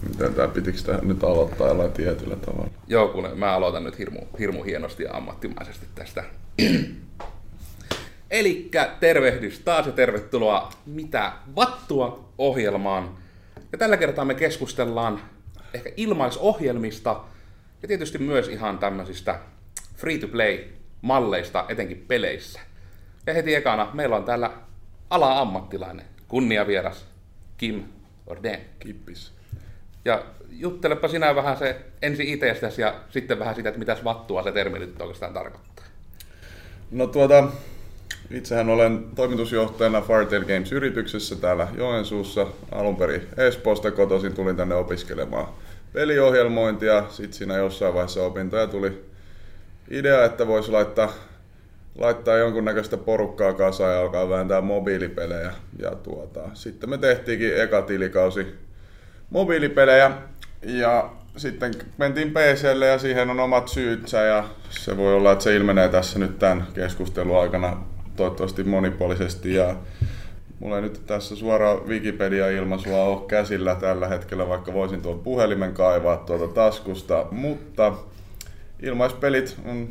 Miten pitikö sitä nyt aloittaa jollain tietyllä tavalla? Joo, kun mä aloitan nyt hirmu hienosti ja ammattimaisesti tästä. Elikkä tervehdys taas ja tervetuloa Mitä vattua -ohjelmaan. Ja tällä kertaa me keskustellaan ehkä ilmaisohjelmista ja tietysti myös ihan tämmöisistä free-to-play-malleista, etenkin peleissä. Ja heti ekana meillä on täällä ala-ammattilainen, kunniavieras Kim Orden. Kippis. Ja juttelepa sinä vähän se ensin itsestäsi ja sitten vähän sitä, että mitäs vattua se termi nyt oikeastaan tarkoittaa. No itsehän olen toimitusjohtajana Fartale Games-yrityksessä täällä Joensuussa. Alun perin Espoosta kotoisin, tulin tänne opiskelemaan peliohjelmointia. Sitten siinä jossain vaiheessa opintoja tuli idea, että voisi laittaa jonkunnäköistä porukkaa kasaan ja alkaa vääntää mobiilipelejä. Ja sitten me tehtiinkin eka tilikausi mobiilipelejä ja sitten mentiin PC:lle ja siihen on omat syytsä ja se voi olla, että se ilmenee tässä nyt tämän keskustelun aikana toivottavasti monipuolisesti ja mulla ei nyt tässä suoraan Wikipedia-ilmaisua ole käsillä tällä hetkellä, vaikka voisin tuon puhelimen kaivaa tuolta taskusta, mutta ilmaispelit on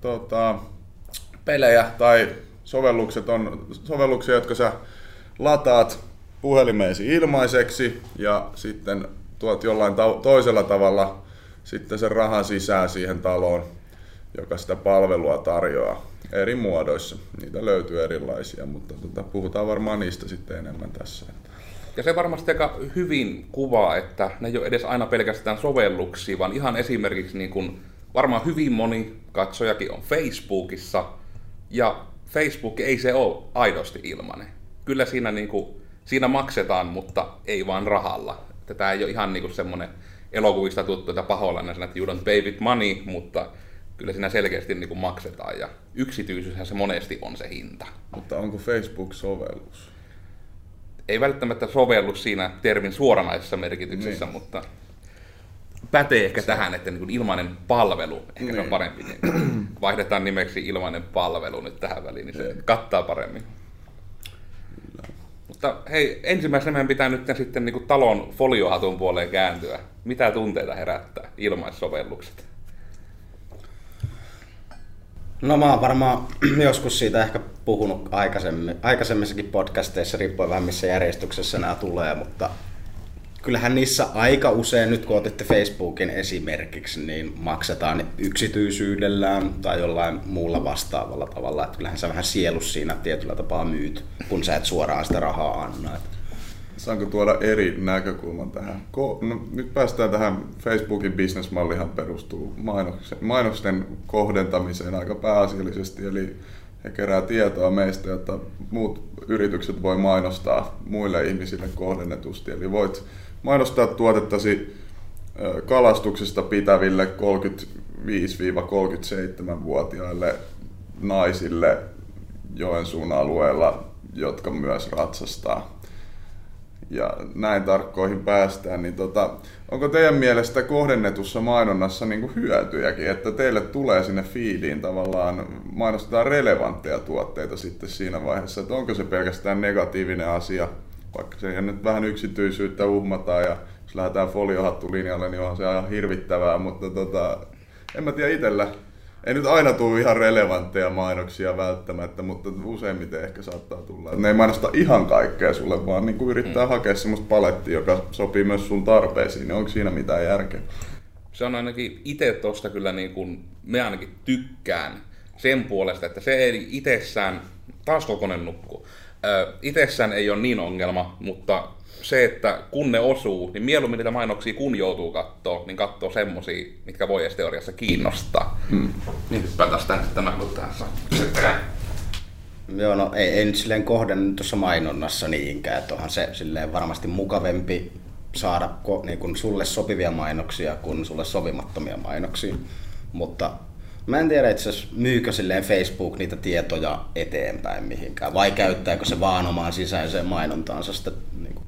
pelejä tai sovellukset on sovelluksia, jotka sä lataat puhelimeesi ilmaiseksi ja sitten tuot jollain toisella tavalla sitten sen rahan sisään siihen taloon, joka sitä palvelua tarjoaa eri muodoissa. Niitä löytyy erilaisia, mutta puhutaan varmaan niistä sitten enemmän tässä. Ja se varmasti aika hyvin kuvaa, että ne ei ole edes aina pelkästään sovelluksia, vaan ihan esimerkiksi niin kuin varmaan hyvin moni katsojakin on Facebookissa, ja Facebook ei se ole aidosti ilmainen. Kyllä siinä maksetaan, mutta ei vaan rahalla. Tämä ei ole ihan niin kuin semmoinen elokuvista tuttu, että pahoillani että you don't pay with money, mutta kyllä siinä selkeästi niin kuin maksetaan ja yksityisyyshän se monesti on se hinta. Mutta onko Facebook-sovellus? Ei välttämättä sovellus siinä termin suoranaisessa merkityksessä, niin. Mutta pätee ehkä tähän, että niin kuin ilmainen palvelu, ehkä niin. Se on parempi. Vaihdetaan nimeksi ilmainen palvelu nyt tähän väliin, niin se kattaa paremmin. Mutta hei, ensimmäisenä meidän pitää nyt sitten niin kuin talon foliohatun puoleen kääntyä. Mitä tunteita herättää ilmaissovellukset? No mä oon varmaan joskus siitä ehkä puhunut aikaisemmissakin podcasteissa, riippuen vähän missä järjestyksessä nämä tulee, mutta kyllähän niissä aika usein, nyt kun otitte Facebookin esimerkiksi, niin maksetaan yksityisyydellään tai jollain muulla vastaavalla tavalla. Että kyllähän sä vähän sielus siinä tietyllä tapaa myyt, kun sä et suoraan sitä rahaa anna. Saanko tuoda eri näkökulman tähän? Nyt päästään tähän Facebookin businessmallihan perustuu mainosten kohdentamiseen aika pääasiallisesti, eli he kerää tietoa meistä, jotta muut yritykset voi mainostaa muille ihmisille kohdennetusti. Eli voit mainostaa tuotettasi kalastuksesta pitäville 35-37-vuotiaille naisille Joensuun alueella, jotka myös ratsastaa. Ja näin tarkkoihin päästään, niin onko teidän mielestä kohdennetussa mainonnassa niin kuin hyötyjäkin, että teille tulee sinne feediin tavallaan, mainostetaan relevantteja tuotteita sitten siinä vaiheessa, että onko se pelkästään negatiivinen asia, vaikka se nyt vähän yksityisyyttä uhmataan ja jos lähdetään foliohattulinjalle, niin onhan se ihan hirvittävää, mutta en mä tiedä itsellä. Ei nyt aina tule ihan relevantteja mainoksia välttämättä, mutta useimmiten ehkä saattaa tulla. Ne ei mainosta ihan kaikkea sulle, vaan niin kuin yrittää hakea semmoista palettia, joka sopii myös sun tarpeisiin. Onko siinä mitään järkeä? Se on ainakin itse tuosta kyllä, niin kuin me ainakin tykkään sen puolesta, että se ei itsessään, taas kokonen nukkuu, itsessään ei ole niin ongelma, mutta se, että kun ne osuu, niin mieluummin niitä mainoksia kun joutuu katsoa, niin katsoo semmosia, mitkä voi edes teoriassa kiinnostaa. Niin hyppätään tänne tämän, kun tässä Joo, no ei nyt silleen kohden tuossa mainonnassa niinkään, että onhan se silleen varmasti mukavempi saada niin kun sulle sopivia mainoksia kuin sulle sopimattomia mainoksia, mutta mä en tiedä itse asiassa myykö silleen Facebook niitä tietoja eteenpäin mihinkään vai käyttääkö se vaan omaan sisäiseen mainontaansa sitä niin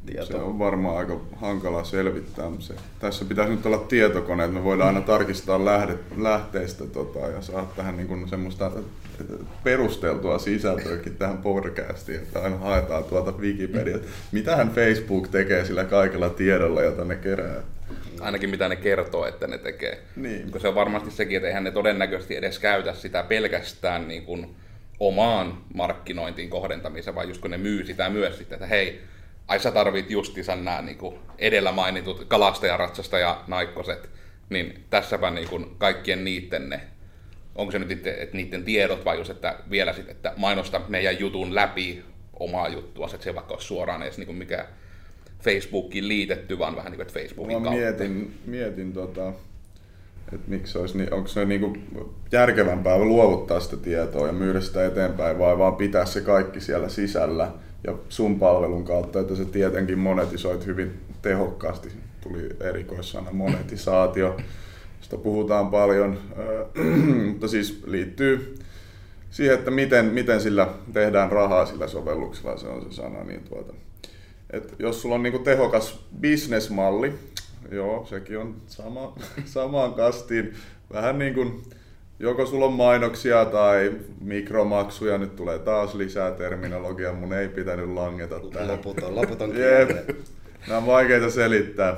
tietoa. Se on varmaan aika hankala selvittää. Tässä pitäisi nyt olla tietokone, että me voidaan aina tarkistaa lähteistä ja saada tähän niin semmoista perusteltua sisältöäkin tähän podcastiin, että aina haetaan tuolta Wikipediasta. Mitähän Facebook tekee sillä kaikella tiedolla, jota ne kerää? Ainakin mitä ne kertoo, että ne tekee. Niin. Koska se on varmasti sekin, että eihän ne todennäköisesti edes käytä sitä pelkästään niin kuin omaan markkinointiin kohdentamiseen, vaan just kun ne myy sitä myös sitten, että hei, ai sä tarvit justiinsa nämä niin kuin edellä mainitut kalastajaratsasta ja naikkoset, niin tässäpä niin kuin kaikkien niitten ne, onko se nyt että niiden tiedot vai just, että vielä sitten, että mainosta meidän jutun läpi omaa juttua, että se vaikka olisi suoraan edes niin kuin mikä Facebookiin liitetty, vaan vähän niin kuin, että Facebookin kautta. Mietin että miksi olisi, niin onko se niinku järkevämpää luovuttaa sitä tietoa ja myydä sitä eteenpäin vai vaan pitää se kaikki siellä sisällä ja sun palvelun kautta, että se tietenkin monetisoit hyvin tehokkaasti. Tuli erikoissana monetisaatio, sitä puhutaan paljon, mutta siis liittyy siihen, että miten sillä tehdään rahaa sillä sovelluksella, se on se sana. Niin että jos sulla on niinku tehokas businessmalli, joo, sekin on samaan kastiin. Vähän niin kuin joko sulla on mainoksia tai mikromaksuja, nyt tulee taas lisää terminologiaa, mun ei pitänyt langeta tähän. Loputon kieltä. Nämä on vaikeita selittää.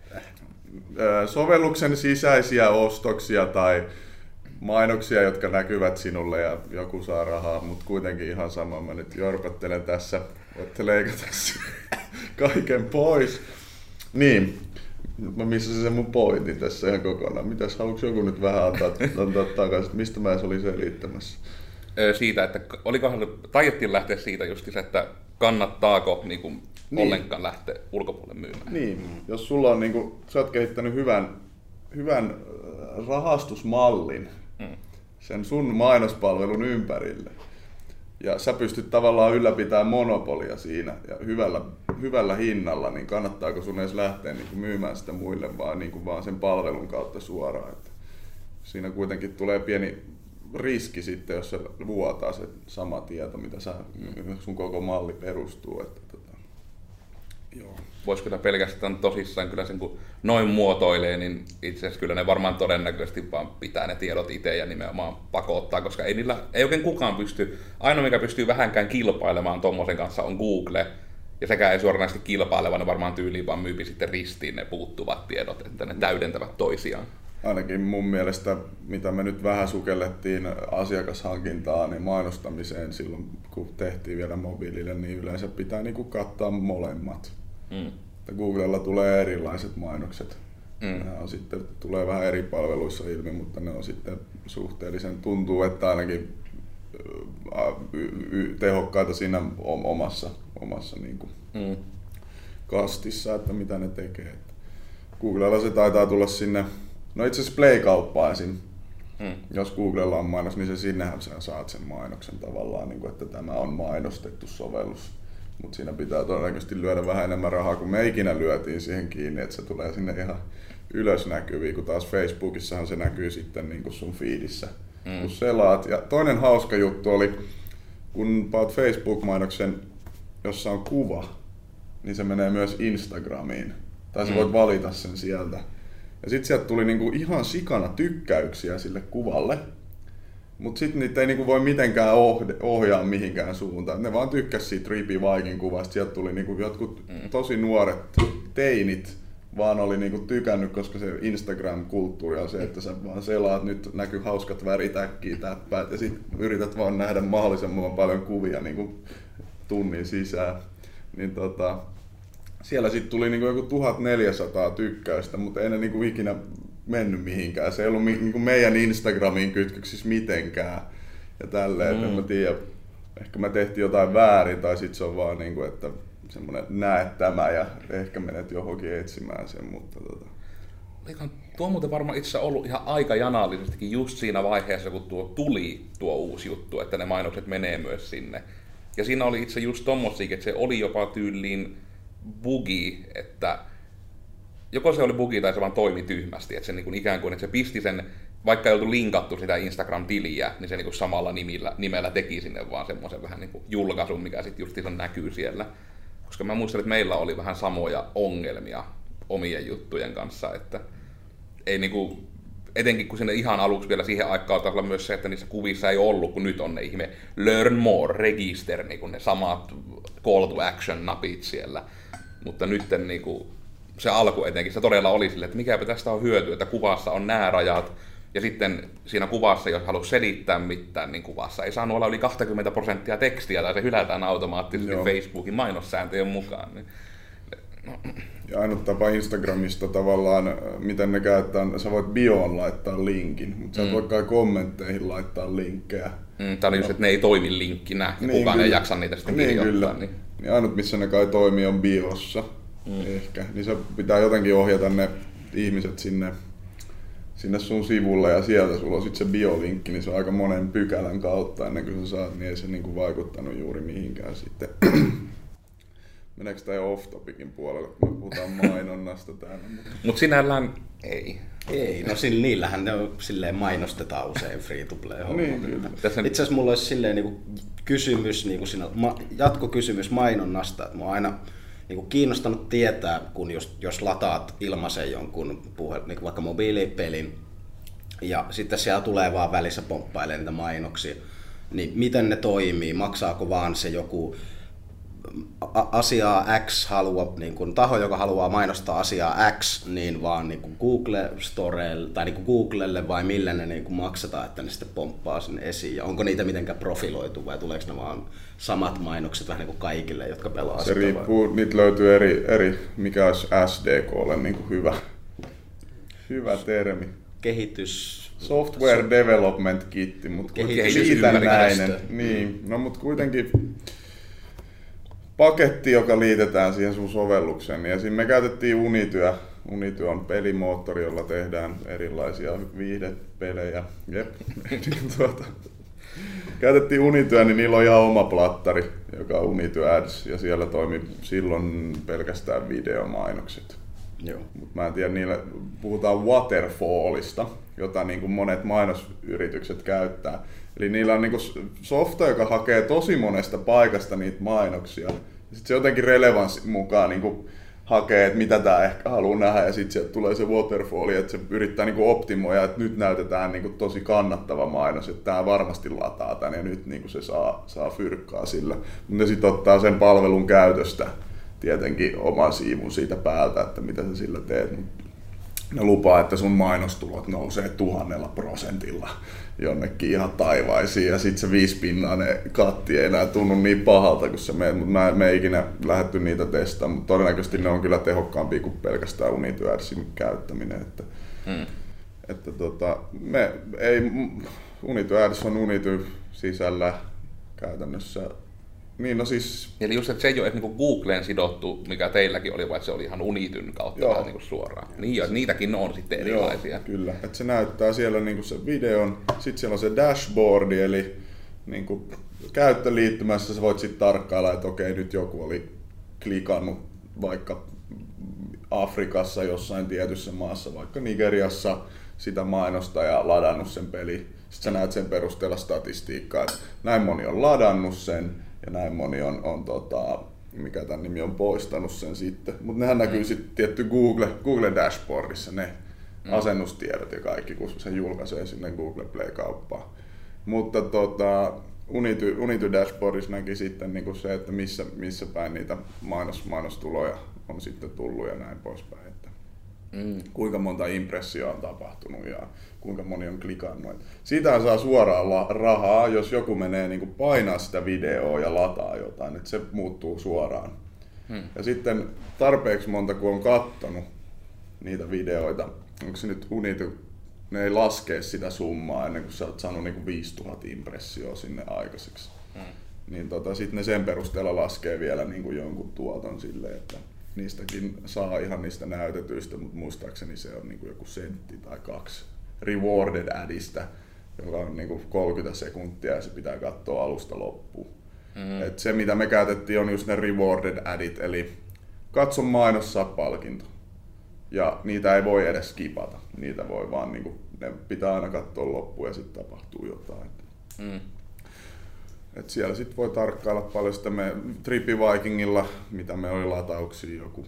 Sovelluksen sisäisiä ostoksia tai mainoksia, jotka näkyvät sinulle ja joku saa rahaa, mutta kuitenkin ihan sama. Mä nyt jorpattelen tässä, voitte leikata kaiken pois. Niin. Mä missasin sen mun pointin tässä ihan kokonaan. Mitäs, haluatko joku nyt vähän antaa takaisin, mistä mä olin selittämässä? Siitä, että olikohan taidettiin lähteä siitä justiinsa, että kannattaako niin. Ollenkaan lähteä ulkopuolelle myymään. Niin, jos sulla on, sä oot kehittänyt hyvän rahastusmallin sen sun mainospalvelun ympärille. Ja sä pystyt tavallaan ylläpitämään monopolia siinä ja hyvällä hinnalla, niin kannattaako sun edes lähteä myymään sitä muille vaan sen palvelun kautta suoraan. Että siinä kuitenkin tulee pieni riski sitten, jos se vuotaa se sama tieto, mitä sun koko malli perustuu. Että, joo. Voisi kyllä pelkästään tosissaan kyllä sen kun noin muotoilee, niin itse asiassa kyllä ne varmaan todennäköisesti vaan pitää ne tiedot itse ja nimenomaan pakottaa, koska ei oikein kukaan pysty, ainoa mikä pystyy vähänkään kilpailemaan tommosen kanssa on Google, ja sekä ei suoranaisesti kilpaile, vaan ne varmaan tyyliin vaan myypi sitten ristiin ne puuttuvat tiedot, että ne täydentävät toisiaan. Ainakin mun mielestä, mitä me nyt vähän sukellettiin asiakashankintaan ja mainostamiseen silloin, kun tehtiin vielä mobiilille, niin yleensä pitää kattaa molemmat. Googlella tulee erilaiset mainokset. Nämä on sitten, tulee vähän eri palveluissa ilmi, mutta ne on sitten suhteellisen, tuntuu, että ainakin tehokkaita siinä omassa kastissa, että mitä ne tekee. Googlella se taitaa tulla sinne, no itse asiassa Play-kauppaan ensin. Jos Googlella on mainos, niin sinnehän sä saat sen mainoksen tavallaan, että tämä on mainostettu sovellus. Mutta siinä pitää todennäköisesti lyödä vähän enemmän rahaa, kun me ikinä lyötiin siihen kiinni, että se tulee sinne ihan ylös näkyviin, kun taas Facebookissahan se näkyy sitten sun feedissä, kun selaat. Ja toinen hauska juttu oli, kun paat Facebook-mainoksen, jossa on kuva, niin se menee myös Instagramiin. Tai sä voit valita sen sieltä. Ja sit sieltä tuli ihan sikana tykkäyksiä sille kuvalle. Mutta sitten niitä ei voi mitenkään ohjaa mihinkään suuntaan. Ne vaan tykkäs siitä Trippy Viking kuvasta. Sieltä tuli jotkut tosi nuoret teinit vaan oli tykännyt, koska se Instagram-kulttuuri on se, että sä vaan selaat, nyt näkyy hauskat väritäkkiä, täppäät ja sitten yrität vaan nähdä mahdollisimman paljon kuvia tunnin sisään. Niin siellä sitten tuli joku 1400 tykkäystä, mutta ei ne ikinä mennyt mihinkään. Se ei ollut meidän Instagramiin kytköksissä mitenkään ja tälleen. En mä tiedä, ehkä me tehtiin jotain väärin tai sitten se on vaan että semmoinen näet tämä ja ehkä menet johonkin etsimään sen, mutta Tuo on muuten varmaan itse ollut ihan aika janallisestikin just siinä vaiheessa, kun tuo uusi juttu, että ne mainokset menee myös sinne. Ja siinä oli itse just tommosikin, että se oli jopa tyyliin bugi, että joko se oli bugi tai se vaan toimi tyhmästi, että se ikään kuin, että se pisti sen, vaikka ei oltu linkattu sitä Instagram-tiliä, niin se samalla nimellä teki sinne vaan semmoisen vähän julkaisun, mikä sitten justiinsa näkyy siellä. Koska mä muistan, että meillä oli vähän samoja ongelmia omien juttujen kanssa, että ei niinku, etenkin kun sinne ihan aluksi vielä siihen aikaan taisi olla myös se, että niissä kuvissa ei ollut, kun nyt on ne ihme learn more, register, niinku ne samat call to action napit siellä. Mutta nyt niinku, se alku etenkin, se todella oli silleen, että mikäpä tästä on hyötyä, että kuvassa on nämä rajat, ja sitten siinä kuvassa, jos haluaa selittää mitään, niin kuvassa ei saanut olla yli 20% tekstiä, tai se hylätään automaattisesti Facebookin mainossääntöjen mukaan. Niin. Ja ainut tapa Instagramista tavallaan, miten ne käyttää, sä voit bioon laittaa linkin, mutta sä et voi kai kommentteihin laittaa linkkejä. Tämä oli just, että ne ei toimi linkkinä, ja niin, kukaan kyllä. ei jaksa niitä sitten kirjoittaa. Niin. Ja ainut missä ne kai toimii on biossa ehkä, niin se pitää jotenkin ohjata ne ihmiset sinne sun sivulle ja sieltä sulla on sitten se biolinkki, niin se on aika monen pykälän kautta ennen kuin sä saat, niin ei se niinku vaikuttanut juuri mihinkään sitten. Meneekö tämä jo off-topicin puolelle, kun me puhutaan mainonnasta täällä? Mut sinällään ei. Ei, no niillähän ne on, silleen mainostetaan usein free-to-play. Niin, kyllä. Itse asiassa mulla olisi silleen niinku kysymys, niinku siinä, jatkokysymys mainonnasta, että mua on aina niinku kiinnostanut tietää, kun jos lataat ilmaisen jonkun niinku vaikka mobiilipelin, ja sitten siellä tulee vaan välissä pomppailee niitä mainoksia, niin miten ne toimii, maksaako vaan se joku asiaa X halua, niin kuin taho, joka haluaa mainostaa asiaa X, niin vaan niin kuin Google Storelle tai niin kuin Googlelle vai millä ne niin kuin maksetaan, että ne sitten pomppaa sinne esiin. Ja onko niitä mitenkään profiloitu vai tuleeko ne vaan samat mainokset vähän niin kuin kaikille, jotka pelaa se sitä? Riippuu, niitä löytyy eri mikä olisi SDKlle niin kuin hyvä termi. Software Development Kit, mutta liitännäinen. Niin, no mutta kuitenkin paketti, joka liitetään siihen sun sovellukseen. Ja siinä me käytettiin Unityä. Unity on pelimoottori, jolla tehdään erilaisia viihdepelejä. Jep. Käytettiin Unityä, niin niillä on ihan oma plattari, joka on Unity Ads, ja siellä toimi silloin pelkästään videomainokset. Mutta mä en tiedä, niillä puhutaan waterfallista, jota niin kuin monet mainosyritykset käyttää. Eli niillä on niin kuin softa, joka hakee tosi monesta paikasta niitä mainoksia. Sitten se jotenkin relevanssin mukaan niin kuin hakee, että mitä tää ehkä haluaa nähdä, ja sitten sieltä tulee se waterfall, että se yrittää niin kuin optimoida, että nyt näytetään niin kuin tosi kannattava mainos, että tää varmasti lataa tän, ja nyt niin kuin se saa fyrkkaa sillä. Mutta sitten ottaa sen palvelun käytöstä tietenkin oman siivun siitä päältä, että mitä sä sillä teet. Ne lupaa, että sun mainostulot nousee 1000% jonnekin ihan taivaisiin, ja sit se 5% ne katti ei enää tunnu niin pahalta kuin se meet, mutta me ei ikinä lähdetty niitä testaamaan, mutta todennäköisesti ne on kyllä tehokkaampia kuin pelkästään Unity Adsin käyttäminen. Unity Ads on Unity sisällä käytännössä. Niin, no siis... Eli just, että se ei ole niinku Googleen sidottu, mikä teilläkin oli, vaan se oli ihan Unityn kautta vähän niinku suoraan. Niin, ja niitäkin on sitten erilaisia. Joo, kyllä. Että se näyttää siellä niinku se videon, sitten siellä on se dashboardi, eli niinku käyttöliittymässä sä voit sitten tarkkailla, että okei, nyt joku oli klikannut vaikka Afrikassa jossain tietyssä maassa, vaikka Nigeriassa, sitä mainosta ja ladannut sen peli. Sitten sä näet sen perusteella statistiikkaa, että näin moni on ladannut sen, ja näin moni on mikä tämän nimi on, poistanut sen sitten. Mutta nehän näkyy sitten tietty Google Dashboardissa, ne asennustiedot ja kaikki, kun se julkaisee sinne Google Play-kauppaan. Mutta Unity Dashboardissa näki sitten niinku se, että missä päin niitä mainostuloja on sitten tullut ja näin poispäin. Kuinka monta impressioa on tapahtunut ja kuinka moni on klikannut. Siitähän saa suoraan rahaa, jos joku menee niin kuin painaa sitä videoa ja lataa jotain, että se muuttuu suoraan. Ja sitten tarpeeksi monta, kun on kattonut niitä videoita, onko se nyt Unity, ne ei laskee sitä summaa ennen kuin sä oot saanut niin kuin 5000 impressioa sinne aikaiseksi. Niin sitten ne sen perusteella laskee vielä niin kuin jonkun tuoton silleen, että niistäkin saa ihan niistä näytetyistä, mutta muistaakseni se on niinku joku sentti tai 2 rewarded adista, joka on niinku 30 sekuntia ja se pitää katsoa alusta loppuun. Et se mitä me käytettiin on just ne rewarded adit, eli katso mainos, saa palkinto. Ja niitä ei voi edes skipata, niitä voi vaan niinku, ne pitää aina katsoa loppuun ja sitten tapahtuu jotain. Et siellä sitten voi tarkkailla paljon sitä me TrippiVikingilla, mitä me oli latauksia joku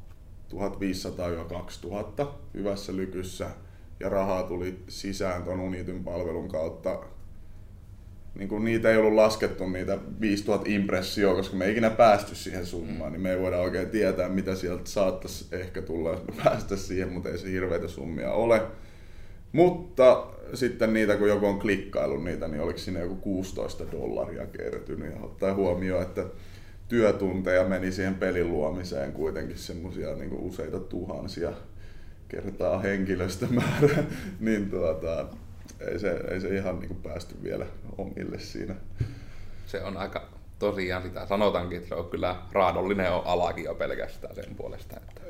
1500-2000 hyvässä lykyssä. Ja rahaa tuli sisään ton Unityn palvelun kautta. Niin kun niitä ei ollut laskettu niitä 5000 impressioa, koska me ei ikinä päästy siihen summaan, niin me ei voida oikein tietää, mitä sieltä saattaisi ehkä tulla, jos me päästä siihen, mutta ei se hirveitä summia ole. Mutta sitten niitä, kun joku on klikkaillut niitä, niin oliko siinä joku $16 kertynyt. Ja ottaa huomioon, että työtunteja meni siihen pelin luomiseen kuitenkin semmosia niin kuin useita tuhansia kertaa henkilöstömäärä, niin ei se ihan niin kuin päästy vielä omille siinä. Se on aika tosiaan sitä sanotaankin, että se on kyllä raadollinen alakin jo pelkästään sen puolesta. Että...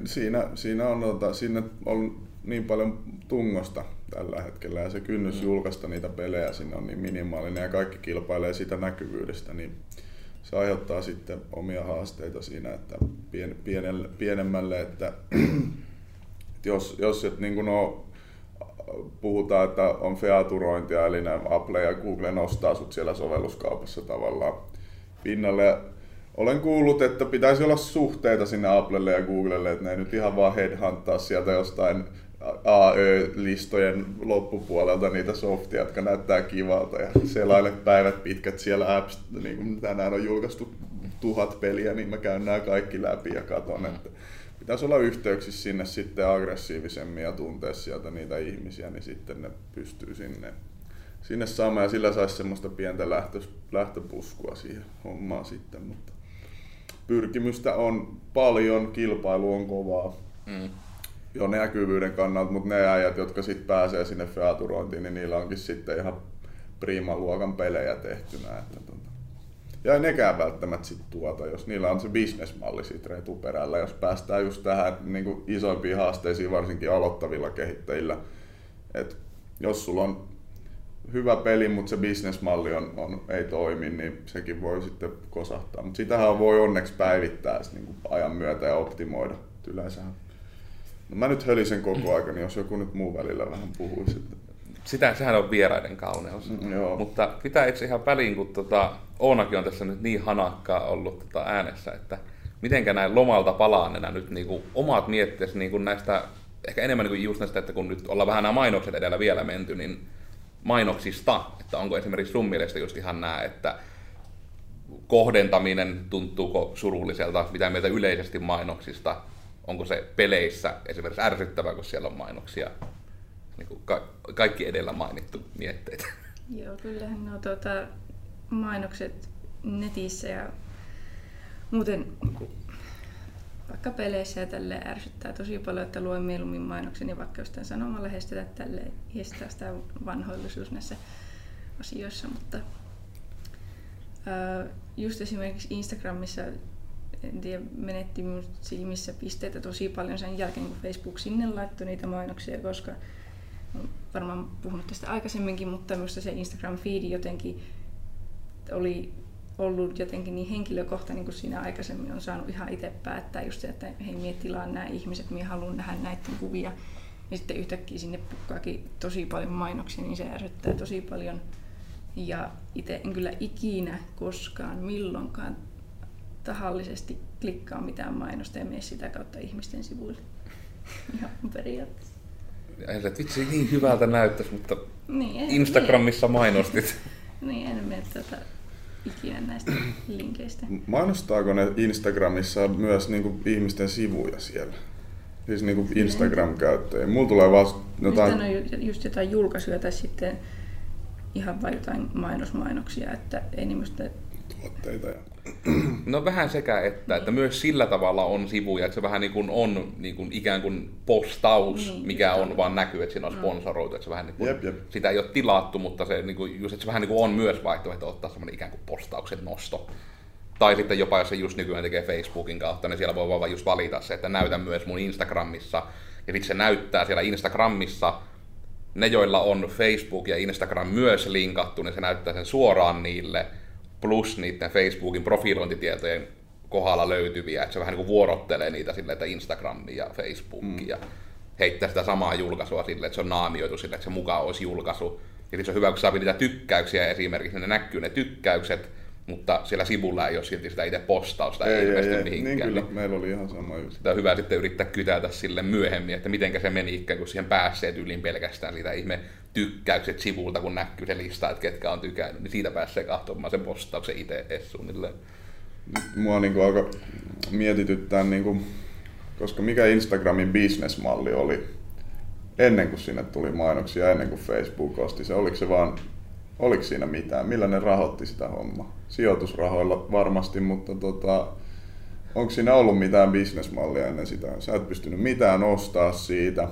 Sinne on niin paljon tungosta tällä hetkellä ja se kynnys julkaista niitä pelejä sinne on niin minimaalinen ja kaikki kilpailee sitä näkyvyydestä, niin se aiheuttaa sitten omia haasteita siinä, että pienemmälle, että jos niin kuin puhutaan, että on featurointia, eli Apple ja Google nostaa sut siellä sovelluskaupassa tavallaan pinnalle. Olen kuullut, että pitäisi olla suhteita sinne Applelle ja Googlelle, että ne ei nyt ihan vaan headhunttaa sieltä jostain AÖ-listojen loppupuolelta niitä softia, jotka näyttää kivalta ja selaile päivät pitkät siellä apps, niin kuin tänään on julkaistu 1000 peliä, niin mä käyn nämä kaikki läpi ja katon, että pitäisi olla yhteyksissä sinne sitten aggressiivisemmin ja tuntea sieltä niitä ihmisiä, niin sitten ne pystyy sinne saamaan ja sillä saisi semmoista pientä lähtöpuskua siihen hommaan sitten, mutta pyrkimystä on paljon, kilpailu on kovaa jo näkyvyyden kannalta, mutta ne äijät, jotka sitten pääsee sinne featurointiin, niin niillä onkin sitten ihan priimaluokan pelejä tehtynä. Ja ei nekään välttämättä sit jos niillä on se bisnesmalli siitä retuperällä, jos päästään just tähän niin kuin isoimpiin haasteisiin, varsinkin aloittavilla kehittäjillä. Et jos sulla on hyvä peli, mutta se bisnesmalli ei toimi, niin sekin voi sitten kosahtaa. Mutta sitähän voi onneksi päivittää niin kuin ajan myötä ja optimoida. Yleensähän. No mä nyt hölisen koko ajan, niin jos joku nyt muu välillä vähän puhuisi. Sehän on vieraiden kauneus. Mutta pitää itse ihan väliin, kun Oonakin on tässä nyt niin hanakkaa ollut äänessä, että mitenkä näin lomalta palaanena nyt niinku omat mietteesi niinku näistä, ehkä enemmän niinku just näistä, että kun nyt ollaan vähän nämä mainokset edellä vielä menty, niin mainoksista, että onko esimerkiksi sun mielestä just ihan nää, että kohdentaminen tuntuuko surulliselta, mitä mieltä yleisesti mainoksista, onko se peleissä esimerkiksi ärsyttävää, kun siellä on mainoksia, niin kuin kaikki edellä mainittu mietteet. Joo, kyllähän nuo mainokset netissä ja muuten vaikka peleissä ja tälleen ärsyttää tosi paljon, että luen mieluummin mainokseni vaikka jostain sanomalehdestä tai tälleen estää sitä vanhoillisuus näissä asioissa, mutta just esimerkiksi Instagramissa en tiedä, menetti minun silmissä pisteitä tosi paljon sen jälkeen, kun Facebook sinne laittoi niitä mainoksia, koska olen varmaan puhunut tästä aikaisemminkin, mutta minusta se Instagram-feedi jotenkin oli ollut jotenkin niin henkilökohtainen, kuin siinä aikaisemmin on saanut ihan itse päättää just se, että hei, minä tilaan nämä ihmiset, minä haluan nähdä näiden kuvia. Ja sitten yhtäkkiä sinne pukkaakin tosi paljon mainoksia, niin se ärsyttää tosi paljon. Ja itse en kyllä ikinä koskaan milloinkaan tahallisesti klikkaa mitään mainosta ja mene sitä kautta ihmisten sivuille. Ihan periaatteessa. Ja että vitsi, niin hyvältä näyttäisi, mutta niin, Instagramissa mainostit. Niin, en mene ikinä näistä linkeistä. Mainostaako ne Instagramissa myös niinku ihmisten sivuja siellä? Siis niinku Instagram-käyttäjiä. Mulla tulee vaan jotain... Sitten on just jotain julkaisuja tai sitten ihan vain jotain mainosmainoksia, että ei nimistä... Tuotteita ja... No vähän sekä, että myös sillä tavalla on sivuja, että se vähän niin kuin on niin kuin ikään kuin postaus, mikä on vaan näkyy, että siinä on sponsoroitu, että se vähän niin kuin, sitä ei ole tilattu, mutta se, niin kuin, just, että se vähän niin kuin on myös vaihtoehto ottaa semmoinen ikään kuin postauksen nosto. Tai sitten jopa, jos se just nykyään tekee Facebookin kautta, niin siellä voi vaan just valita se, että näytän myös mun Instagramissa, ja sitten se näyttää siellä Instagramissa, ne joilla on Facebook ja Instagram myös linkattu, niin se näyttää sen suoraan niille, plus niiden Facebookin profilointitietojen kohdalla löytyviä, että se vähän niin kuin vuorottelee niitä silleen, että Instagram ja Facebook ja heittää sitä samaa julkaisua silleen, että se on naamioitu silleen, että se mukaan olisi julkaisu. Ja se on hyvä, kun saa niitä tykkäyksiä esimerkiksi, ne näkyy ne tykkäykset, mutta siellä sivulla ei ole silti sitä itse postausta, ei ilmeisesti mihinkään. Niin kyllä, meillä oli ihan sama just. Sitä on hyvä sitten yrittää kytätä sille myöhemmin, että mitenkä se meni ikään kuin siihen pääsee yliin pelkästään siitä ihme tykkäykset sivulta, kun näkyy se lista, että ketkä on tykännyt, niin siitä pääsee katsomaan sen postauksen itse edes suunnilleen. Mua niinku alkoi mietityttää, niinku, koska mikä Instagramin businessmalli oli ennen kuin sinne tuli mainoksia, ennen kuin Facebook osti se, oliko siinä mitään, millä ne rahoitti sitä hommaa? Sijoitusrahoilla varmasti, mutta onko siinä ollut mitään businessmallia ennen sitä? Sä et pystynyt mitään ostaa siitä.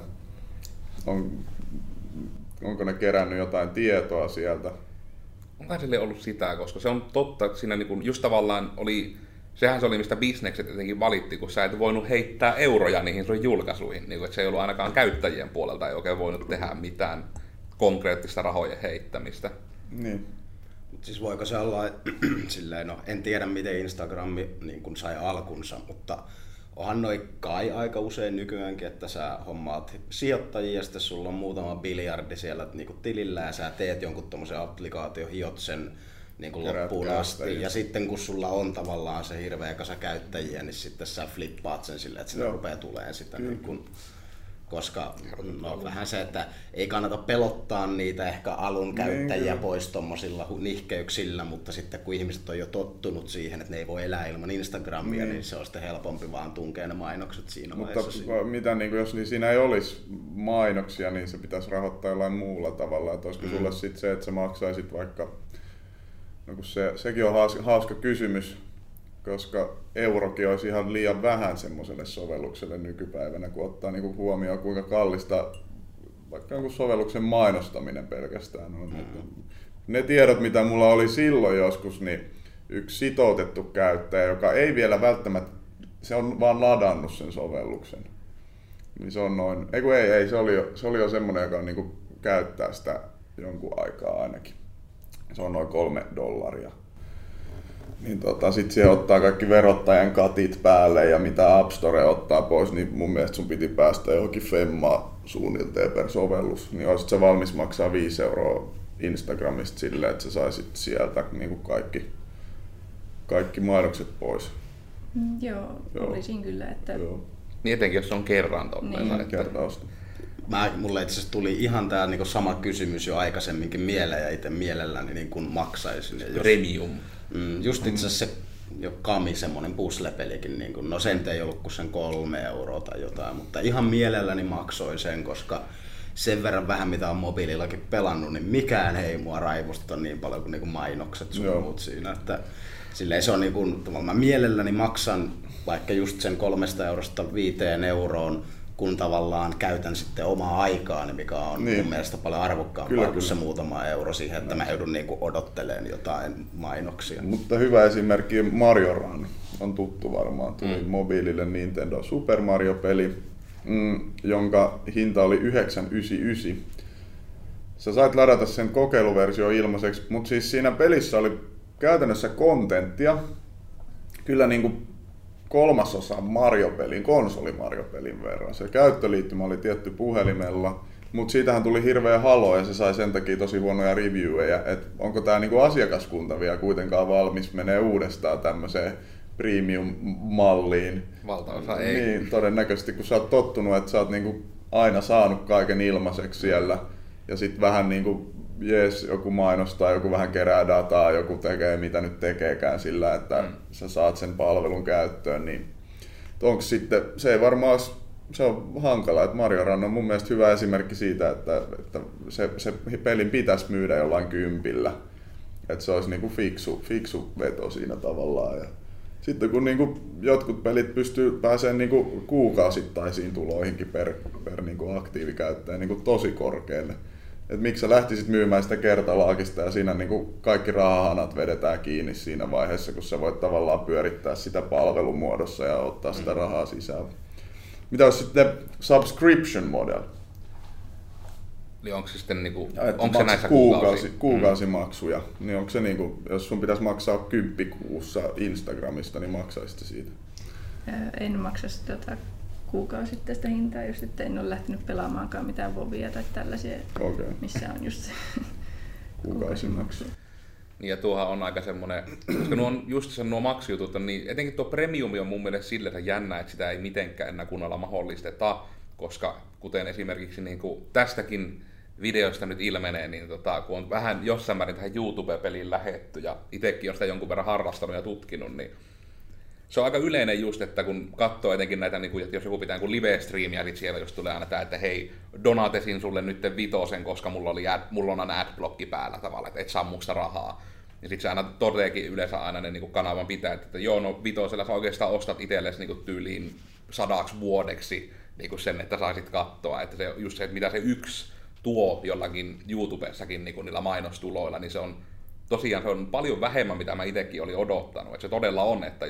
Onko ne kerännyt jotain tietoa sieltä? Onko sille ollut sitä, koska se on totta, että siinä niinku just tavallaan oli, sehän se oli mistä bisnekset jotenkin valitti, kun sä et voinut heittää euroja niihin sun julkaisuihin, niin että se ei ollut ainakaan käyttäjien puolelta, ei oikein voinut tehdä mitään konkreettista rahojen heittämistä. Niin. Siis voiko se olla, silleen, no en tiedä miten Instagrami niin kun sai alkunsa, mutta onhan noi kai aika usein nykyäänkin, että sä hommaat sijoittajia ja sitten sulla on muutama biljardi siellä niin tilillä ja sä teet jonkun tommosen applikaation, hiot sen niin loppuun asti. Ja sitten kun sulla on tavallaan se hirveä kasa käyttäjiä, niin sitten sä flippaat sen silleen, että sinne rupeaa tulemaan sitä. Niin kun, koska no, vähän se, että ei kannata pelottaa niitä ehkä alun käyttäjiä pois tommosilla nihkeyksillä, mutta sitten kun ihmiset on jo tottunut siihen, että ne ei voi elää ilman Instagramia, niin se on sitten helpompi vaan tunkea ne mainokset siinä vaiheessa. Mutta mitä, niin jos siinä ei olisi mainoksia, niin se pitäisi rahoittaa jollain muulla tavalla. Että olisiko sulle sitten se, että sä maksaisit vaikka, no kun sekin on hauska kysymys, koska eurokin olisi ihan liian vähän semmoiselle sovellukselle nykypäivänä, kun ottaa niinku huomioon, kuinka kallista vaikka jonkun sovelluksen mainostaminen pelkästään on. Ne tiedot, mitä mulla oli silloin joskus, niin yksi sitoutettu käyttäjä, joka ei vielä välttämättä, se on vaan ladannut sen sovelluksen. Niin se on noin, se oli jo semmoinen, joka niinku käyttää sitä jonkun aikaa ainakin. Se on noin $3. Niin sit siihen ottaa kaikki verottajan katit päälle ja mitä App Store ottaa pois, niin mun mielestä sun piti päästä johonkin femmaan suunnilleen per sovellus. Niin olisit sä valmis maksaa €5 Instagramista silleen, että sä saisit sieltä niin kuin kaikki mainokset pois. Joo, olisin kyllä. Että... Joo. Niin etenkin jos se on kerran niin. Kertausta. Mulle itse asiassa tuli ihan tää niinku sama kysymys jo aikaisemminkin mieleen ja itse mielelläni niin kun maksaisin. Premium. Just itse asiassa se jo Kami, semmonen puzzle-pelikin, niin kun, no sen ei ollut kuin sen €3 tai jotain, mutta ihan mielelläni maksoin sen, koska sen verran vähän mitä on mobiilillakin pelannut, niin mikään ei mua raivosta niin paljon kuin niinku mainokset sun muut siinä. Että, silleen se on niin kuin, mä mielelläni maksan vaikka just sen €3 €5, kun tavallaan käytän sitten omaa aikaani, mikä on mun mielestä paljon arvokkaampaa kuin se muutama euro siihen, että mä joudun niinku odottelemaan jotain mainoksia. Mutta hyvä esimerkki Mario Run on tuttu varmaan. Tuli mobiilille Nintendo Super Mario-peli, jonka hinta oli $9,99. Sä sait ladata sen kokeiluversio ilmaiseksi, mutta siis siinä pelissä oli käytännössä kontenttia. Kyllä niinku 1/3 Mario-pelin, konsoli Mario-pelin verran. Se käyttöliittymä oli tietty puhelimella, mutta siitähän tuli hirveä halo ja se sai sen takia tosi huonoja reviewejä. Et onko tämä niinku asiakaskunta vielä kuitenkaan valmis menee uudestaan tämmöiseen premium-malliin? Valtaosa ei. Niin, todennäköisesti kun sä oot tottunut, että sä oot niinku aina saanut kaiken ilmaiseksi siellä ja sit vähän niinku joku mainostaa, joku vähän kerää dataa, joku tekee mitä nyt tekeekään sillä, että sä saat sen palvelun käyttöön, niin onko sitten, se ei varmaan se on hankala, että Mario Run on mun mielestä hyvä esimerkki siitä, että se pelin pitäisi myydä jollain $10, että se olisi niinku fiksu veto siinä tavallaan. Ja sitten kun niinku jotkut pelit pääsee niinku kuukausittaisiin tuloihinkin per niinku aktiivikäyttäjä niinku tosi korkealle. Et miksi sä lähtisit myymään sitä kertalaakista ja siinä niinku kaikki rahahanat vedetään kiinni siinä vaiheessa, kun sä voit tavallaan pyörittää sitä palvelumuodossa ja ottaa sitä rahaa sisään. Mitä olisi sitten subscription model? Eli onko se sitten niinku, onko se näissä kuukausimaksuja? Niin onko se niinku, jos sun pitäisi maksaa 10 kuussa Instagramista, niin maksaisit siitä? En maksaisi kuukausittaista hintaa, just että en ole lähtenyt pelaamaankaan mitään Vovia tai tällaisia, missä on just kuukausimaksu. Niin ja tuohan on aika semmoinen, koska nuo maksujutut on niin, etenkin tuo premiumi on mun mielestä silleen jännä, että sitä ei mitenkään enää kunnolla mahdollisteta, koska kuten esimerkiksi niin kuin tästäkin videosta nyt ilmenee, niin kun on vähän jossain määrin tähän YouTube-peliin lähetty ja itsekin on sitä jonkun verran harrastanut ja tutkinut, niin se on aika yleinen just, että kun katsoo etenkin näitä, niin kuin, että jos joku pitää niin live-streamia, niin siellä just tulee aina tämä, että hei, donatesin sulle nyt 5, koska mulla on aina adblocki päällä tavallaan, että et saa musta rahaa. Ja sit se aina todeekin yleensä aina ne niin kanavan pitää, että joo, no 5 sä oikeastaan ostat itsellesi niin tyyliin 100 vuodeksi niin sen, että saisit katsoa. Että se, just se, että mitä se yksi tuo jollakin YouTubessakin niin niillä mainostuloilla, niin se on tosiaan se on paljon vähemmän, mitä mä itsekin olin odottanut. Että se todella on, että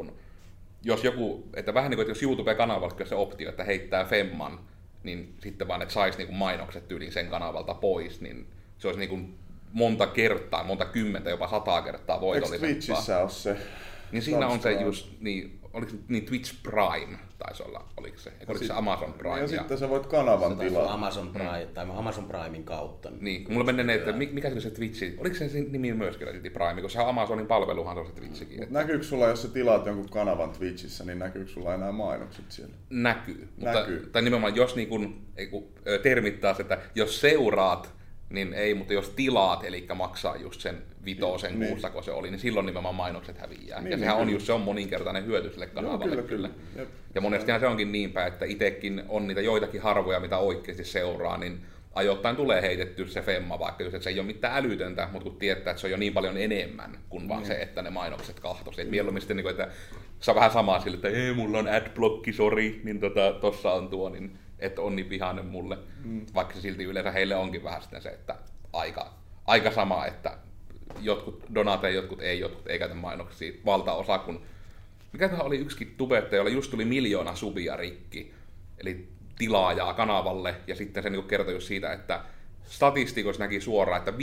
jos joku, että vähän niin kuin, että jos YouTube-kanavalta on se optio, että heittää femman, niin sitten vaan, että saisi niin mainokset tyyliin sen kanavalta pois, niin se olisi niin monta kertaa, monta kymmentä, jopa 100 kertaa voitollisempaa. Eikö Twitchissä ole se? Niin siinä on se just, niin, oliko se niin Twitch Prime taisi olla, oliko se? Oliko se Amazon Prime? Ja sitten sä voit kanavan tilaa. Amazon Prime, tai Amazon Primein kautta. Niin, mulla menee ne, että mikä se Twitchi, oliko se nimi myöskin Prime, koska se on Amazonin palveluhan se on se Twitchikin. Että... Näkyykö sulla, jos sä tilaat jonkun kanavan Twitchissä, niin näkyykö sulla enää mainokset siellä? Näkyy. Mutta, tai nimenomaan jos niin kun, termit taas, että jos seuraat, niin ei, mutta jos tilaat, eli maksaa just sen 5 kuussa, kun se oli, niin silloin nimenomaan mainokset häviää. Niin, ja sehän on just, se on moninkertainen hyöty sille kanavalle. Joo, kyllä. Ja monestihan se onkin niin päin, että itsekin on niitä joitakin harvoja, mitä oikeasti seuraa, niin ajoittain tulee heitetty se femma, vaikka just, että se ei ole mitään älytöntä, mutta kun tietää, että se on jo niin paljon enemmän kuin vaan se, että ne mainokset kahtosi. Mieluummin sitten, että se on vähän samaa sille, että ei, mulla on adblocki, sori, niin tossa on tuo, niin että on niin vihainen mulle, vaikka se silti yleensä heille onkin vähän sitten se, että aika sama, että jotkut donateja, jotkut ei käytä mainoksia, valtaosa, kun mikä tämä oli yksikin tubettaja, jolla just tuli 1 miljoona subia rikki, eli tilaajaa kanavalle, ja sitten se kertoi just siitä, että statistikoissa näki suoraan, että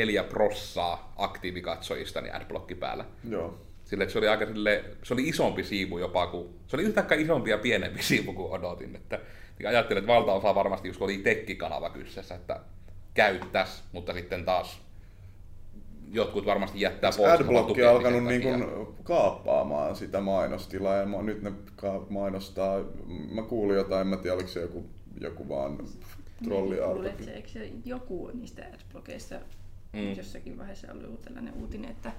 54% aktiivikatsojista niin adblocki päällä. Joo. Sille, se oli aika se oli isompi siivu jopa kuin, se oli yhtäkkiä isompi ja pienempi siivu kuin odotin, että ajattelin, että valtaosa varmasti just oli tekkikanava kyseessä, että käyttäisi, mutta sitten taas jotkut varmasti jättää pois. Adblocki on alkanut niin kuin kaappaamaan sitä mainostilaa ja nyt ne mainostaa, mä kuulin jotain, en mä tiedä oliko se joku vaan trolliartikki. Niin, eikö se joku niistä adblockeista jossakin vaiheessa ollut tällainen uutinen, että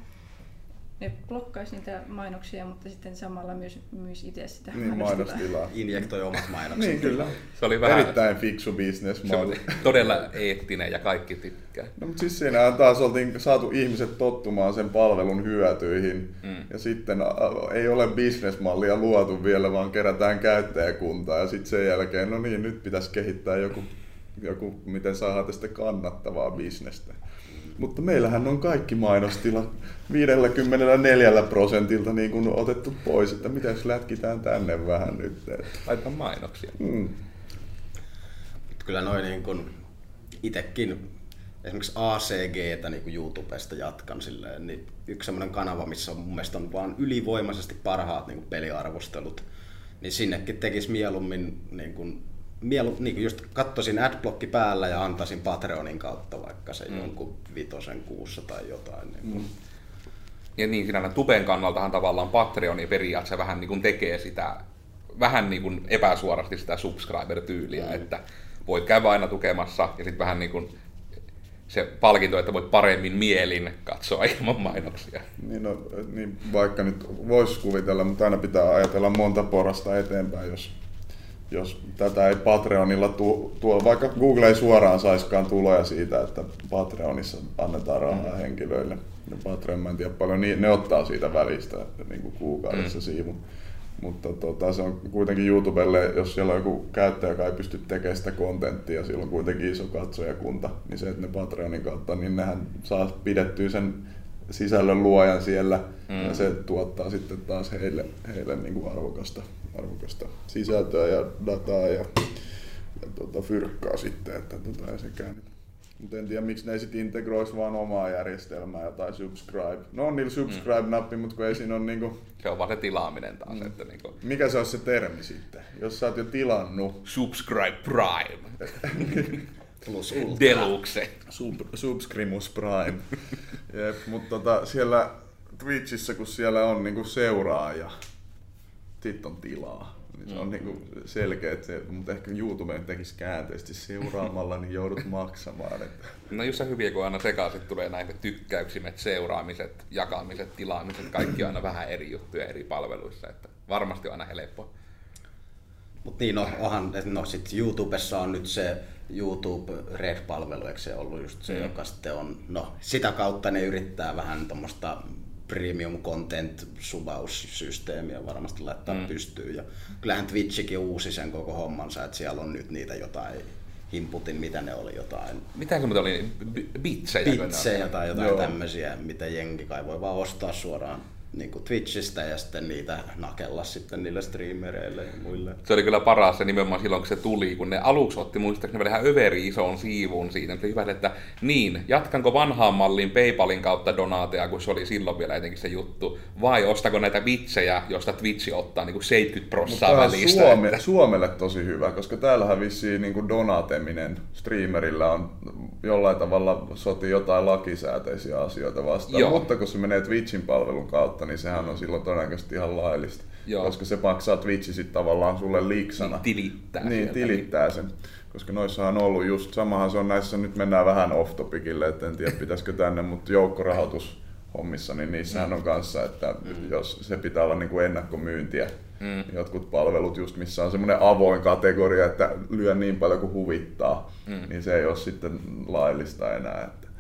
ne blokkaisi niitä mainoksia, mutta sitten samalla myös itse sitä mainostilaa. Injektoi omat mainokset. Niin, kyllä. Se oli vähän erittäin fiksu business-malli. Todella eettinen ja kaikki tykkää. No, mutta siis siinähän taas oltiin saatu ihmiset tottumaan sen palvelun hyötyihin. Ja sitten ei ole business-mallia luotu vielä, vaan kerätään käyttäjäkuntaa. Ja sitten sen jälkeen, no niin, nyt pitäisi kehittää joku miten saadaan tästä kannattavaa bisnestä. Mutta meillähän on kaikki mainostilat 54% niin kuin otettu pois, että mitäs lätkitään tänne vähän nyt. Laitetaan mainoksia. Kyllä noin niin kuin itekin esimerkiksi ACG:tä niin kuin YouTubesta jatkan silleen, niin yksi semmoinen kanava, missä on mun mielestä on vaan ylivoimaisesti parhaat niin kuin peliarvostelut, niin sinnekin tekisi mieluummin niin kuin just katsoisin adblocki päällä ja antaisin Patreonin kautta vaikka se jonkun 5 kuussa tai jotain. Ja niin sinällään tuben kannaltahan tavallaan Patreoni periaatteessa vähän niin kuin tekee sitä, vähän niin kuin epäsuorasti sitä subscriber-tyyliä, että voit käydä aina tukemassa ja sitten vähän niin kuin se palkinto, että voit paremmin mielin katsoa ilman mainoksia. Niin vaikka nyt voisi kuvitella, mutta aina pitää ajatella monta porrasta eteenpäin, jos tätä ei Patreonilla tuo, vaikka Google ei suoraan saiskaan tuloja siitä, että Patreonissa annetaan rahaa henkilöille. Ja Patreon, mä en tiedä paljon, ne ottaa siitä välistä niin kuin kuukaudessa siivun. Mutta se on kuitenkin YouTubelle, jos siellä on joku käyttäjä, joka ei pysty tekemään sitä kontenttia, sillä on kuitenkin iso katsojakunta, niin se, että ne Patreonin kautta, niin nehän saa pidettyä sen sisällön luojan siellä, ja se tuottaa sitten taas heille niin kuin arvokasta sisältöä ja dataa ja fyrkkaa sitten, että ei sekään. Mutta en tiedä, miksi ne ei sitten integroisi vaan omaa järjestelmää, jotain subscribe. No on niillä subscribe-nappi, mutta kun ei siinä ole niinku... Se on vaan se tilaaminen taas. Että niinku... Mikä se on se termi sitten? Jos sä oot jo tilannut... Subscribe Prime. Plus Ultra. Deluxe. Subscrimus Prime. Jep, mutta siellä Twitchissä, kun siellä on niinku seuraaja, sit on tilaa. Niin se on niinku selkeä, mutta ehkä YouTube tekisi käänteisesti seuraamalla, niin joudut maksamaan. Että. No just se hyviä, kun aina sekaisin tulee näitä tykkäyksimet, seuraamiset, jakamiset, tilaamiset, kaikki on aina vähän eri juttuja eri palveluissa, että varmasti on aina helppoa. Mutta niin, sit YouTubessa on nyt se YouTube Red-palvelu, eikö se ollut just se, joka sitten on, sitä kautta ne yrittää vähän tuommoista premium content subaussysteemiä varmasti laittaa pystyyn. Ja kyllähän Twitchikin uusi sen koko hommansa, että siellä on nyt niitä jotain, himputin mitä ne oli jotain. Mitä se muuten oli? Bitsejä? Bitsejä tai jotain tämmöisiä, mitä jengi kai voi vaan ostaa suoraan niin kuin Twitchistä ja sitten niitä nakella sitten niille streamereille ja muille. Se oli kyllä paras se nimenomaan silloin, kun se tuli, kun ne aluksi otti muistaakseni vähän överi ison siivun siitä. Se oli hyvä, että niin, jatkanko vanhaan malliin PayPalin kautta donaateja, kun se oli silloin vielä etenkin se juttu, vai ostako näitä vitsejä, josta Twitch ottaa niin kuin 70% välistä. Suomelle tosi hyvä, koska täällähän vissiin niin kuin donateminen streamerillä on jollain tavalla sotii jotain lakisääteisiä asioita vastaan, mutta kun se menee Twitchin palvelun kautta, niin sehän on silloin todennäköisesti ihan laillista. Joo. Koska se maksaa Twitchi sitten tavallaan sulle liksana. Tilittää sen. Koska noissahan on ollut just, samahan se on näissä, nyt mennään vähän off-topicille, et en tiedä pitäisikö tänne, mutta joukkorahoitushommissa, niin niissähän on kanssa, että jos se pitää olla niin kuin ennakkomyyntiä. Jotkut palvelut just, missä on semmoinen avoin kategoria, että lyö niin paljon kuin huvittaa, niin se ei ole sitten laillista enää. Että.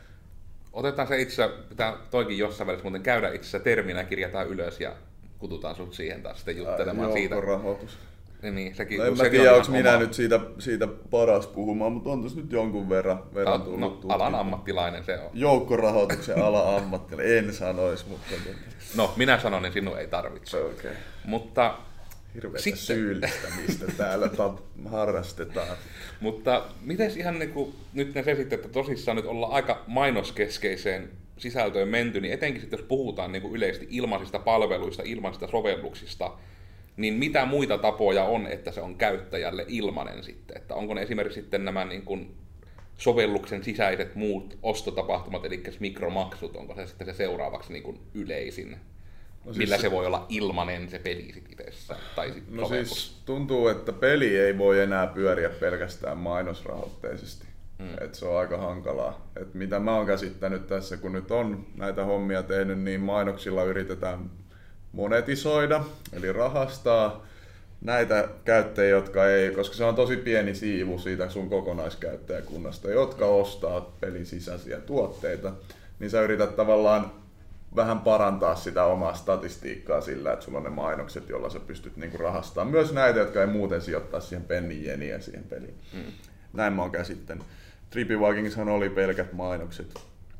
Otetaan se itse, pitää toikin jossain välissä muuten käydä itse terminä, kirjataan ylös ja kututaan sut siihen taas sitten juttelemaan siitä. Joukkorahoitus. Niin, sekin, en mä tiedä, onko minä nyt siitä paras puhumaan, mutta on tässä nyt jonkun verran tullut. Alan ammattilainen se on. Joukkorahoituksen ala ammattilainen, en sanoisi, mutta. No, minä sanon, niin sinun ei tarvitse. Okay. Mutta hirveätä syyllistämistä täällä harrastetaan. Mutta mites ihan niin kuin nyt ne sitten, että tosissaan nyt ollaan aika mainoskeskeiseen sisältöön menty, niin etenkin sitten jos puhutaan niin kuin yleisesti ilmaisista palveluista, ilmaisista sovelluksista, niin mitä muita tapoja on, että se on käyttäjälle ilmainen sitten? Että onko ne esimerkiksi sitten nämä niin kuin sovelluksen sisäiset muut ostotapahtumat, eli mikromaksut, onko se sitten se seuraavaksi niin kuin yleisin? No millä se voi olla ilmainen se peli sitten itsessään? Tai sit no siis tuntuu, että peli ei voi enää pyöriä pelkästään mainosrahoitteisesti. Et se on aika hankalaa. Et mitä mä oon käsittänyt tässä, kun nyt on näitä hommia tehnyt, niin mainoksilla yritetään monetisoida, eli rahastaa näitä käyttäjiä, jotka ei, koska se on tosi pieni siivu siitä sun kokonaiskäyttäjäkunnasta, jotka ostaa pelin sisäisiä tuotteita, niin sä yrität tavallaan vähän parantaa sitä omaa statistiikkaa sillä, että sulla on ne mainokset, joilla sä pystyt niinku rahastamaan myös näitä, jotka ei muuten sijoittaa siihen pennieniä siihen peliin. Näin mä oon käsittänyt. TrippiVikingshan oli pelkät mainokset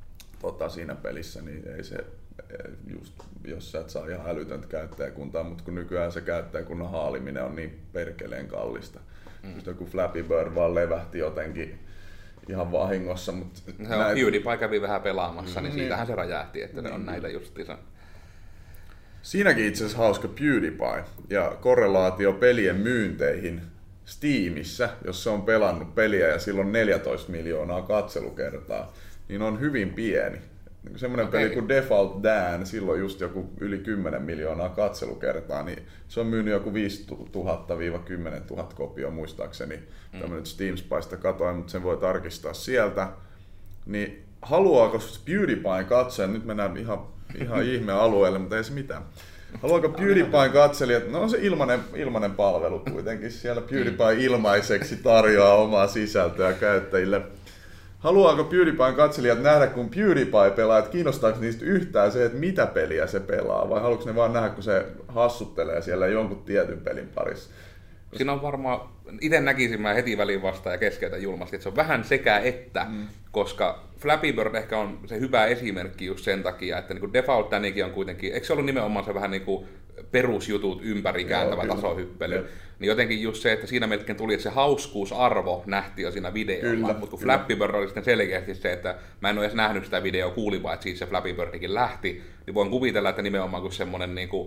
siinä pelissä, niin ei se, just, jos sä et saa ihan älytöntä käyttäjäkuntaa, mutta kun nykyään se käyttäjäkunnan haaliminen on niin perkeleen kallista. Just joku Flappy Bird vaan levähti jotenkin ihan vahingossa. Mutta PewDiePie kävi vähän pelaamassa, niin siitähän se räjähti, että ne on näitä justiinsa. Siinäkin itse asiassa hauska PewDiePie ja korrelaatio pelien myynteihin Steamissä, jos se on pelannut peliä ja silloin 14 miljoonaa katselukertaa, niin on hyvin pieni. Semmoinen peli kuin Default Dan, silloin just joku yli 10 miljoonaa katselukertaa, niin se on myynyt joku 5 000-10 000 kopioa muistaakseni. Tämmöinen Steam Spysta katoin, mutta sen voi tarkistaa sieltä. Niin haluaako PewDiePien katsoja, nyt mennään ihan ihmealueelle, mutta ei se mitään. Haluaako PewDiePien katselijat, no on se ilmainen palvelu kuitenkin, siellä PewDiePie ilmaiseksi tarjoaa omaa sisältöä käyttäjille. Haluaako PewDiePien katselijat nähdä, kun PewDiePie pelaa, että kiinnostaako niistä yhtään se, että mitä peliä se pelaa, vai haluatko ne vaan nähdä, kun se hassuttelee siellä jonkun tietyn pelin parissa? Siinä on varmaan, itse näkisin mä heti väliin vastaan ja keskeytän julmasti, että se on vähän sekä että, koska Flappy Bird ehkä on se hyvä esimerkki just sen takia, että niin Default Danikin on kuitenkin, eikö se ollut nimenomaan se vähän niin kuin perusjutut ympäri kääntävä tasohyppely, niin jotenkin just se, että siinä melkein tuli, että se hauskuusarvo nähtiin jo siinä videolla, mutta kun Flappy Bird oli sitten selkeästi se, että mä en ole edes nähnyt sitä videoa, kuulin vaan, että siitä se Flappy Birdikin lähti, niin voin kuvitella, että nimenomaan kun semmoinen niin kuin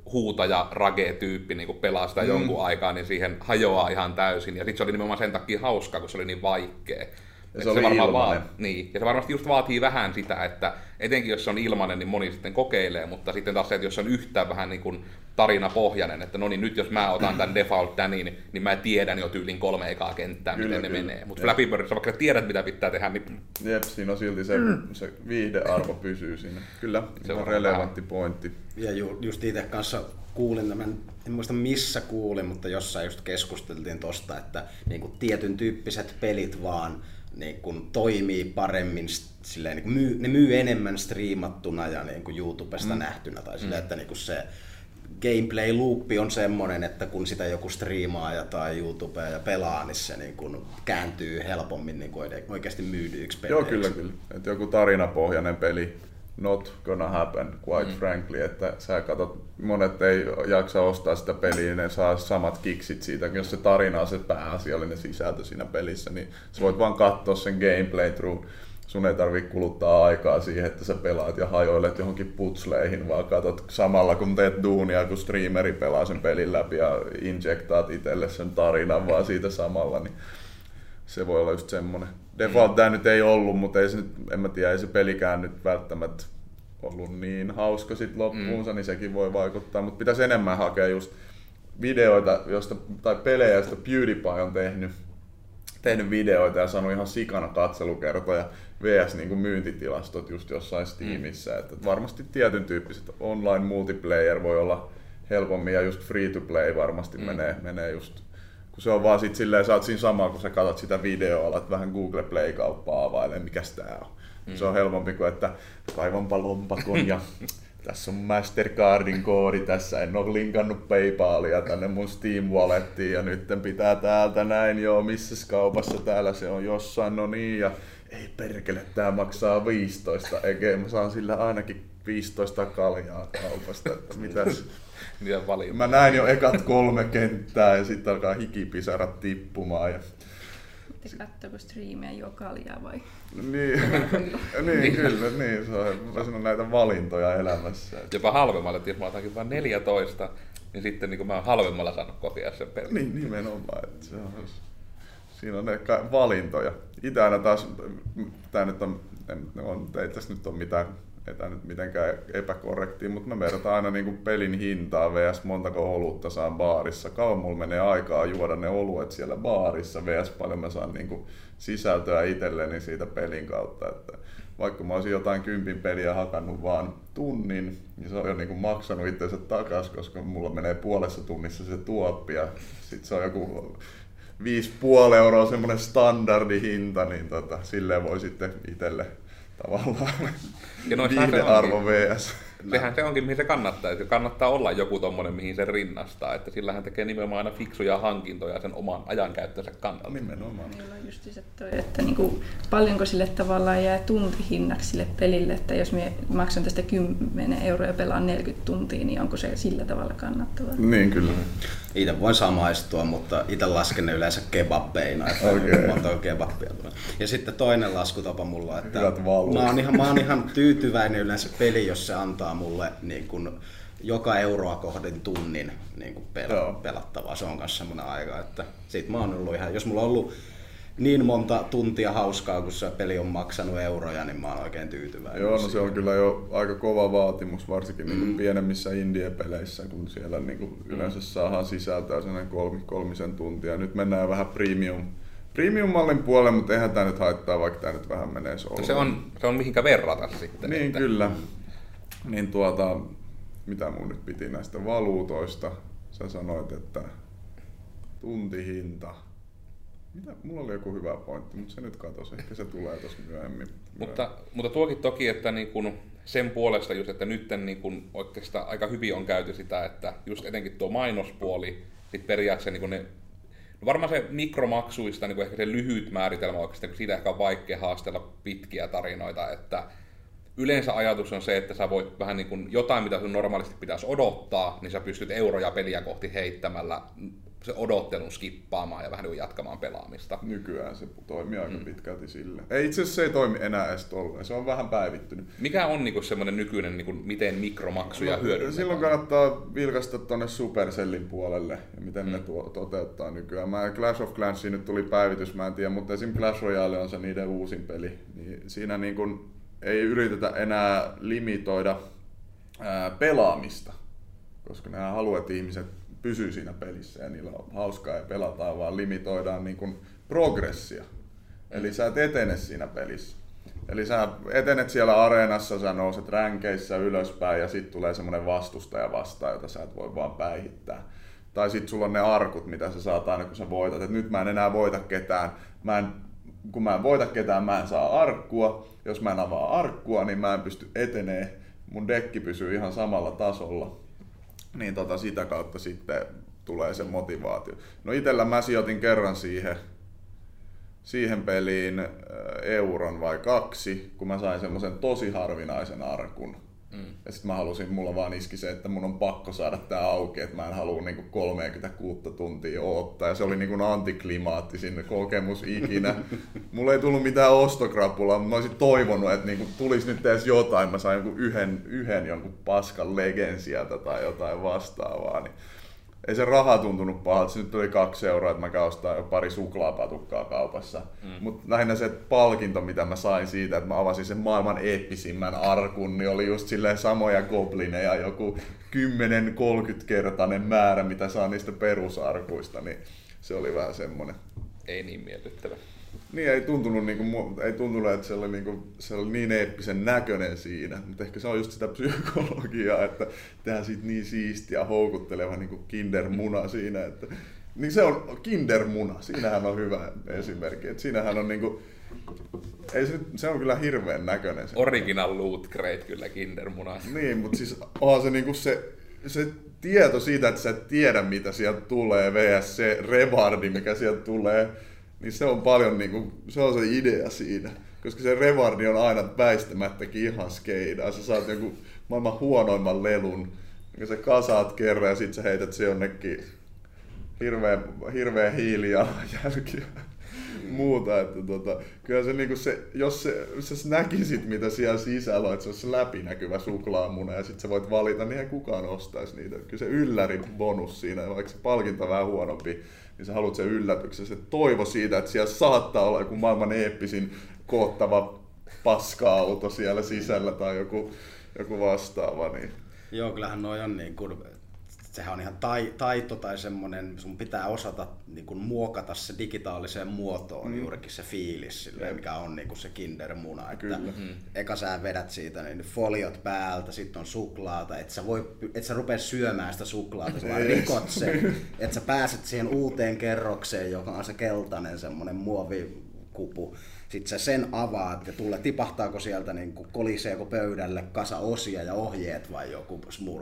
huutaja rage-tyyppi niin pelaa sitä jonkun aikaa, niin siihen hajoaa ihan täysin. Ja sitten se oli nimenomaan sen takia hauskaa, kun se oli niin vaikea. Ja se oli ilmanen. Niin, ja se varmasti just vaatii vähän sitä, että etenkin jos se on ilmanen, niin moni sitten kokeilee, mutta sitten taas se, että jos se on yhtään vähän niin kuin tarinapohjainen, että no niin nyt jos mä otan tämän Default Danin, niin mä tiedän jo tyylin 3 ekaa kenttää, kyllä, miten ne menee. Mutta Flappy Birdissa vaikka tiedät mitä pitää tehdä, niin... Jep, siinä on silti se viihdearvo pysyy siinä. Kyllä, se on relevantti pointti. Ja just itse kanssa kuulin tämän, en muista missä kuulin, mutta jossain just keskusteltiin tosta, että niin kuin tietyn tyyppiset pelit vaan niin kuin toimii paremmin, silleen, niin kuin ne myy enemmän striimattuna ja niin kuin YouTubesta nähtynä. Tai silleen, että niin kuin se gameplay-loopi on semmoinen, että kun sitä joku striimaa tai YouTubea ja pelaa, niin se niin kuin kääntyy helpommin niin kuin oikeasti myydyiksi peleiksi. Joo, kyllä. Että joku tarinapohjainen peli, not gonna happen, quite frankly, että sä katsot, monet ei jaksa ostaa sitä peliä, ne saa samat kiksit siitä, jos se tarina on se pääasiallinen sisältö siinä pelissä, niin sä voit vaan katsoa sen gameplay through. Sun ei tarvitse kuluttaa aikaa siihen, että sä pelaat ja hajoilet johonkin putsleihin, vaan katsot samalla kun teet duunia, kun streameri pelaa sen pelin läpi ja injektaat itselle sen tarinan vaan siitä samalla, niin se voi olla just semmonen. Default tää nyt ei ollut, mutta ei se nyt, en mä tiedä, ei se pelikään nyt välttämättä ollut niin hauska sit loppuunsa, niin sekin voi vaikuttaa, mutta pitäisi enemmän hakea just videoita tai pelejä, joista PewDiePie on tehnyt videoita ja saanut ihan sikana katselukertoja vs. niin kuin myyntitilastot just jossain Steamissa. Että varmasti tietyn tyyppiset online multiplayer voi olla helpommin ja just free to play varmasti menee just, kun se on vaan sit silleen, sä oot siinä samaa, kun sä katsot sitä videoa, alat vähän Google Play-kauppaa availemaan, mikäs tää on. Se on helpompi kuin, että kaivanpa lompakon ja tässä on Mastercardin koodi, tässä en ole linkannut PayPalia tänne mun Steam Wallettiin ja nyt pitää täältä näin, joo, missäs kaupassa täällä se on jossain, no niin, ja ei perkele, tää maksaa 15, eikä mä saan sillä ainakin 15 kaljaa kaupasta, että mitäs. Mä näin jo ekat 3 kenttää ja sitten alkaa hikipisarat tippumaan. Ja katsoako striimiä juo kaljaa vai? Niin, kyllä, niin, se on näitä valintoja elämässä. Jopa halvemmalla, että jos mä otankin vain 14, niin sitten niin mä oon halvemmalla saanut kokea sen pelin. Niin, nimenomaan, että siinä on ne valintoja. Itse aina taas, tää nyt ei tässä nyt ole mitään, ei tää nyt mitenkään epäkorrektia, mutta mä vertaan aina niin kuin pelin hintaa vs. montako olutta saan baarissa. Kauan mulla menee aikaa juoda ne oluet siellä baarissa vs. paljon mä saan niin kuin sisältöä itselleni siitä pelin kautta. Että vaikka mä olisin jotain 10 peliä hakannut vaan tunnin, niin se on jo niin kuin maksanut itsensä takas, koska mulla menee puolessa tunnissa se tuoppi ja sit se on joku 5,5 euroa semmoinen standardihinta, niin silleen voi sitten itselle tavallaan viihdearvo vs. Sehän se onkin, mihin se kannattaa. Se kannattaa olla joku tommonen, mihin se rinnastaa. Että sillähän tekee nimenomaan aina fiksuja hankintoja sen oman ajankäyttönsä kannalta. Nimenomaan. Meillä on just se toi, että niinku, paljonko sille tavallaan jää tuntihinnaksi sille pelille, että jos me maksan tästä 10 euroa ja pelaan 40 tuntia, niin onko se sillä tavalla kannattavaa? Niin, kyllä. Itse voin samaistua, mutta itse lasken ne yleensä kebabbeina, että monta kebabbia tulee. Ja sitten toinen laskutapa mulla, että mä oon ihan tyytyväinen yleensä peli, jos se antaa mulle niin kun joka euroa kohden tunnin niin kun pelattavaa. Se on myös semmoinen aika, että sit mä oon ollut ihan, jos mulla on ollut niin monta tuntia hauskaa, kun se peli on maksanut euroja, niin mä oon oikein tyytyväinen. Joo, no se on kyllä jo aika kova vaatimus, varsinkin niin pienemmissä indie-peleissä, kun siellä niin yleensä saadaan sisältöä sellainen 3 tuntia. Nyt mennään vähän premium-mallin puolelle, mutta eihän tämä nyt haittaa, vaikka tämä nyt vähän menee solmuun. Se on mihinkä verrata sitten. Niin, että kyllä. Niin mitä mun nyt piti näistä valuutoista? Sä sanoit, että tuntihinta. Mulla oli joku hyvä pointti, mutta se nyt katosi. Ehkä se tulee tuossa myöhemmin. Mutta tuokin toki, että niin kun sen puolesta just, että nyt niin kun oikeastaan aika hyvin on käyty sitä, että just etenkin tuo mainospuoli, sit periaatteessa niin kun ne, no varmaan se mikromaksuista, niin ehkä se lyhyt määritelmä oikeastaan, kun siitä ehkä on vaikea haastella pitkiä tarinoita, että yleensä ajatus on se, että sä voit vähän niin kuin jotain, mitä sun normaalisti pitäisi odottaa, niin sä pystyt euroja peliä kohti heittämällä se odottelun skippaamaan ja vähän niin kuin jatkamaan pelaamista. Nykyään se toimii aika pitkälti sille. Ei, itse asiassa se ei toimi enää edes tolleen, se on vähän päivittynyt. Mikä on niinku semmoinen nykyinen, niinku, miten mikromaksuja hyödynnetään? Silloin kannattaa vilkaista tuonne Supercellin puolelle, ja miten ne toteuttaa nykyään. Clash of Clansiin nyt tuli päivitys, mä en tiedä, mutta esimerkiksi Clash Royale on se niiden uusin peli. Niin siinä niin kun ei yritetä enää limitoida pelaamista, koska ne haluaa, että ihmiset pysyy siinä pelissä ja niillä on hauskaa ja pelataan, vaan limitoidaan niin kuin progressia. Eli sä et etene siinä pelissä. Eli sä etenet siellä areenassa, sä nouset ränkeissä ylöspäin ja sit tulee semmonen vastustaja vastaan, jota sä et voi vaan päihittää. Tai sit sulla on ne arkut, mitä sä saat aina kun sä voitat. Et nyt mä en enää voita ketään. Kun mä en voita ketään, mä en saa arkkua. Jos mä en avaa arkkua, niin mä en pysty etenee. Mun dekki pysyy ihan samalla tasolla. Niin sitä kautta sitten tulee se motivaatio. No itellä mä sijoitin kerran siihen peliin euron vai 2, kun mä sain semmoisen tosi harvinaisen arkun. Ja sit mä halusin, mulla vaan iski se, että mun on pakko saada tää auki, että mä en halua niinku 36 tuntia odottaa. Ja se oli niinku antiklimaattisin kokemus ikinä. Mulla ei tullut mitään ostokrapulaa, mutta mä olisin toivonut, että niinku tulisi nyt edes jotain. Mä sain jonkun yhden jonkun paskan legen sieltä tai jotain vastaavaa. Niin ei se raha tuntunut pahalta, se nyt tuli 2 euroa, että mä käyn ostaa jo pari suklaapatukkaa kaupassa. Mutta lähinnä se palkinto, mitä mä sain siitä, että mä avasin sen maailman eeppisimmän arkun, niin oli just silleen samoja goblineja, joku 10-30-kertainen määrä, mitä saa niistä perusarkuista, niin se oli vähän semmonen. Ei niin miellyttävä. Niin, ei tuntunut, että se oli niin eeppisen näköinen siinä, mutta ehkä se on just sitä psykologiaa, että tehdään siitä niin siistiä, houkutteleva niin kuin kindermuna siinä, että niin se on kindermuna, siinähän on hyvä esimerkki, että siinähän on niinku, se on kyllä hirveän näköinen. Original loot crate kyllä kindermuna. Niin, mutta siis onhan se niinku se tieto siitä, että sä et tiedä mitä sieltä tulee, vs se rewardi mikä sieltä tulee, niin se on paljon niinku, se on se idea siinä. Koska se rewardi on aina väistämättäkin ihan skeidaa. Sä saat joku maailman huonoimman lelun, ja sä kasaat kerran ja sit sä heität se jonnekin hirveä hiilijalanjälki ja muuta. Että kyllä se, niinku jos sä näkisit mitä siellä sisällä on, että se on se läpinäkyvä suklaamuna ja sit sä voit valita, niin ei kukaan ostaisi niitä. Kyllä se ylläri bonus siinä, vaikka se palkinto on vähän huonompi, niin sä haluat sen yllätyksen. Se toivo siitä, että siellä saattaa olla joku maailman eeppisin koottava paska-auto siellä sisällä tai joku vastaava. Niin. Joo, kyllähän noi on niin kuin, sehän on ihan taito tai semmoinen, sun pitää osata niin kuin muokata se digitaaliseen muotoon juurikin se fiilis, silleen, mikä on niin kuin se kindermuna. Että eka sä vedät siitä niin foliot päältä, sitten on suklaata, et sä rupea syömään sitä suklaata, sä vaan rikot sen, että sä pääset siihen uuteen kerrokseen, joka on se keltainen semmoinen muovikupu. Sitten sä sen avaat ja tipahtaako sieltä niin kuin koliseeko pöydälle kasa osia ja ohjeet vai joku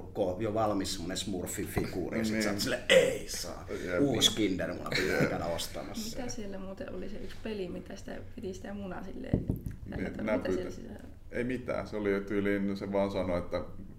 jo valmis semmonen smurfifiguuri ja sit sä oot silleen, ei saa, uusi kindermuna pitää käydä ostamassa. Mitä siellä muuten oli se yksi peli, mitä sitä piti sitä munaa silleen näpytä? Ei mitään, se oli tyyliin, se vaan sanoi, että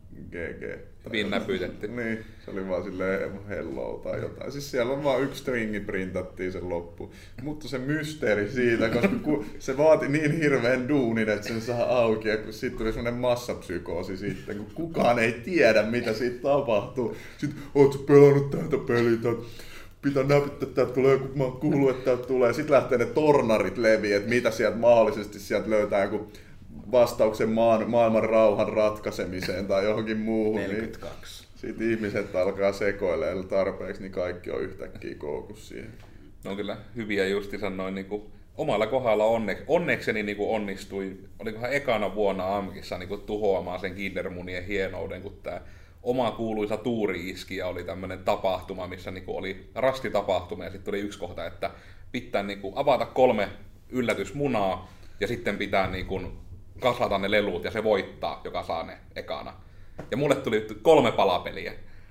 GG. Hyvin näpytetty. Niin, se oli vaan silleen hello tai jotain. Siis siellä on vaan yksi stringi printattiin sen loppuun. Mutta se mysteeri siitä, koska se vaati niin hirveän duunin, että sen saa auki. Ja sitten tuli semmoinen massapsykoosi sitten, kun kukaan ei tiedä mitä siitä tapahtuu. Sitten, ootko pelannut täältä peliä? Pitää näpyttää, että täältä tulee, kun mä oon kuullut, että täältä tulee. Sitten lähtee ne tornarit leviin, että mitä sieltä mahdollisesti sieltä löytää joku vastauksen maailman rauhan ratkaisemiseen tai johonkin muuhun. 42. Niin sitten ihmiset alkaa sekoilemaan tarpeeksi, niin kaikki on yhtäkkiä koukussa siihen. Ne on kyllä hyviä justiinsa noin niinku omalla kohdalla onnekseni niinku onnistui, olikohan ekana vuonna AMKissa niinku tuhoamaan sen kindermunien hienouden, kun tää oma kuuluisa tuuri-iski ja oli tämmönen tapahtuma, missä niinku oli rastitapahtuma ja sitten tuli yksi kohta, että pitää niinku avata 3 yllätysmunaa ja sitten pitää niinku kasata ne lelut ja se voittaa, joka saa ne ekana. Ja mulle tuli 3 palapeliä.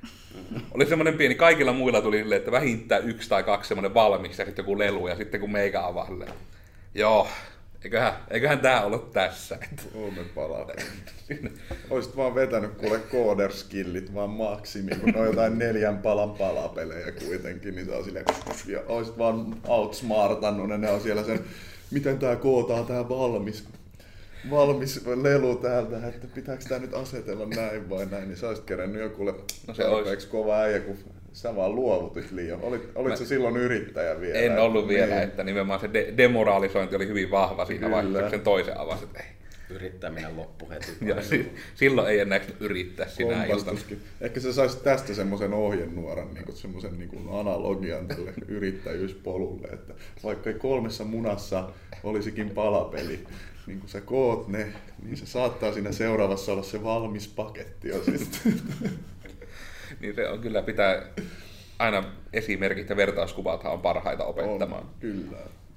Oli semmoinen pieni, kaikilla muilla tuli silleen, että vähintään 1 tai 2 semmoinen valmis ja sitten joku lelu ja sitten kun meikä avaa silleen. Joo, Eiköhän tää ollut tässä. Kolme palapeliä. Oisit vaan vetänyt kuule kooderskillit vaan maksimi, kun ne on jotain 4 palan palapelejä kuitenkin, niin se on silleen, ja oisit vaan outsmartannut, ne on siellä sen, miten tää kootaan tää valmis lelu täältä, että pitääkö tää nyt asetella näin vai näin, niin sä olisit kerennyt jokulle tarpeeksi kova äijä, kun sä vaan luovutit liian. Olit sä silloin yrittäjä vielä? En ollut vielä, että nimenomaan se demoralisointi oli hyvin vahva siinä vaiheessa, kun sen toisen avasit, että ei. Yrittäminen loppu heti. Ja silloin ei enää yrittää sinä iltana. Ehkä sä saisit tästä semmoisen ohjenuoran, niin semmoisen niin analogian tälle yrittäjyyspolulle, että vaikka 3 munassa olisikin palapeli, niin kun sä koot ne, niin se saattaa siinä seuraavassa olla se valmis paketti jo sitten. Niin se on kyllä pitää aina esimerkit ja vertauskuvathan on parhaita opettamaan. On, kyllä.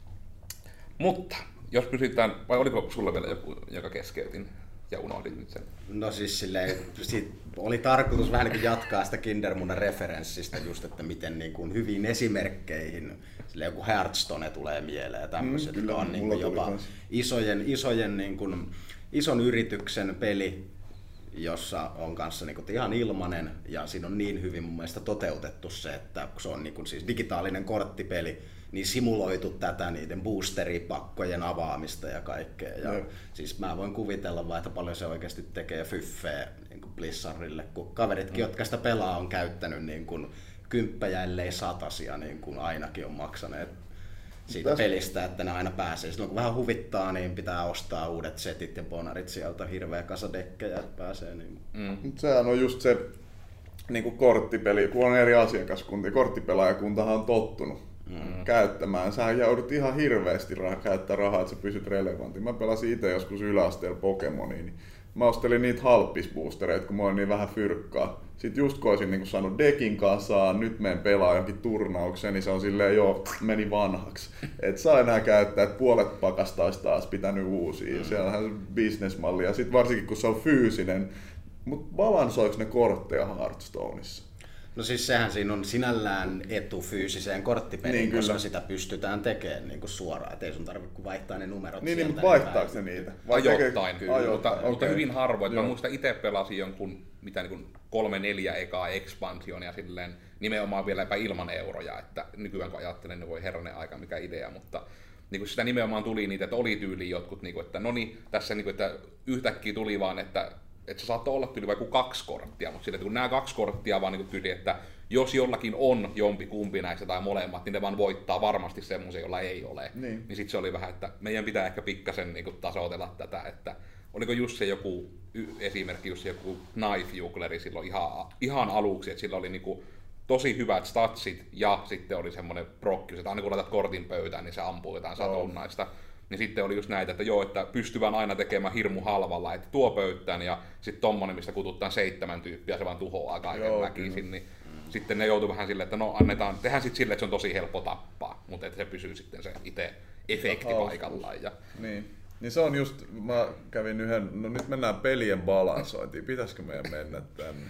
Mutta jos pysytään, vai oliko sulla vielä joku, joka keskeytin ja unohdin nyt sen? No siis silleen, oli tarkoitus vähän niin kuin jatkaa sitä Kindermunan referenssistä just, että miten niin kuin hyviin esimerkkeihin silleen joku Hearthstone tulee mieleen ja tämmöiset, kyllä, jotka on niin kuin jopa isojen niin kuin, ison yrityksen peli, jossa on kanssa niin kuin ihan ilmanen ja siinä on niin hyvin mun mielestä toteutettu se, että kun se on niin kuin siis digitaalinen korttipeli, niin simuloitu tätä niiden boosteripakkojen avaamista ja kaikkea. Ja siis mä voin kuvitella vaan, että paljon se oikeasti tekee fyffeä niin kuin Blizzardille, kun kaveritkin, jotka sitä pelaa, on käyttänyt niin kuin 10 ellei 100 niin kuin ainakin on maksaneet siitä pelistä, että ne aina pääsee. Silloin kun vähän huvittaa, niin pitää ostaa uudet setit ja bonarit sieltä, hirveä kasa dekkejä, että pääsee. Niin. Sehän on just se niin kuin korttipeli, kun on eri asiakaskuntia, korttipelaajakuntahan on tottunut käyttämään. Sähän joudut ihan hirveästi käyttää rahaa, että sä pysyt relevantin. Mä pelasin itse joskus yläasteella Pokemonia, niin mä ostelin niitä halppisboostereita, kun mä olin niin vähän fyrkkaa. Sitten just kun olisin niin saanut dekin kasaan, nyt menen pelaa johonkin turnaukseen, niin se on silleen meni vanhaksi. Et saa enää käyttää, että puolet pakasta olisi taas pitänyt uusia. Se on vähän bisnesmalli. Ja sitten varsinkin kun se on fyysinen, mutta balansoiko ne kortteja Hearthstoneissa? No siis sehän siinä on sinällään etu fyysiseen korttipeliin, niin, koska sitä pystytään tekemään niin kuin suoraan, ettei sun tarvitse kuin vaihtaa ne numerot niin, sieltä. Niin, mutta vaihtaako ne niitä? Ajoittain, okay. Mutta hyvin harvoin. Mä muistan itse pelasin jonkun niin 3-4 ekaa expansionia silleen, nimenomaan vieläpä ilman euroja, että nykyään kun ajattelen, niin voi herranen aika, mikä idea, mutta niin kun sitä nimenomaan tuli niitä, että oli tyyliin jotkut, niin kuin, että no niin, tässä niin kuin, että yhtäkkiä tuli vaan, että se saattoi olla tyyli vaikka 2 korttia, mutta sille, että kun nämä 2 korttia vaan niin tyyli, että jos jollakin on jompi kumpi näistä tai molemmat, niin ne vaan voittaa varmasti semmoisen, jolla ei ole. Niin sitten se oli vähän, että meidän pitää ehkä pikkasen niin tasoitella tätä, että oliko just se joku esimerkki, just se joku Knife Jugleri silloin ihan aluksi, että sillä oli niin kuin tosi hyvät statsit ja sitten oli semmoinen prokkius, että aina kun laitat kortin pöytään, niin se ampuu jotain satunnaista. Niin sitten oli just näitä, että joo, että pystyvään aina tekemään hirmu halvalla, että tuo pöytään ja sitten tommonen, mistä kututtaan 7 tyyppiä, se vaan tuhoaa kaiken väkisin. Niin sitten ne joutuu vähän silleen, että no tehdään sitten silleen, että se on tosi helppo tappaa, mutta että se pysyy sitten se itse efekti paikallaan. Ja niin se on just, mä kävin no nyt mennään pelien balansointiin, pitäisikö meidän mennä tänne?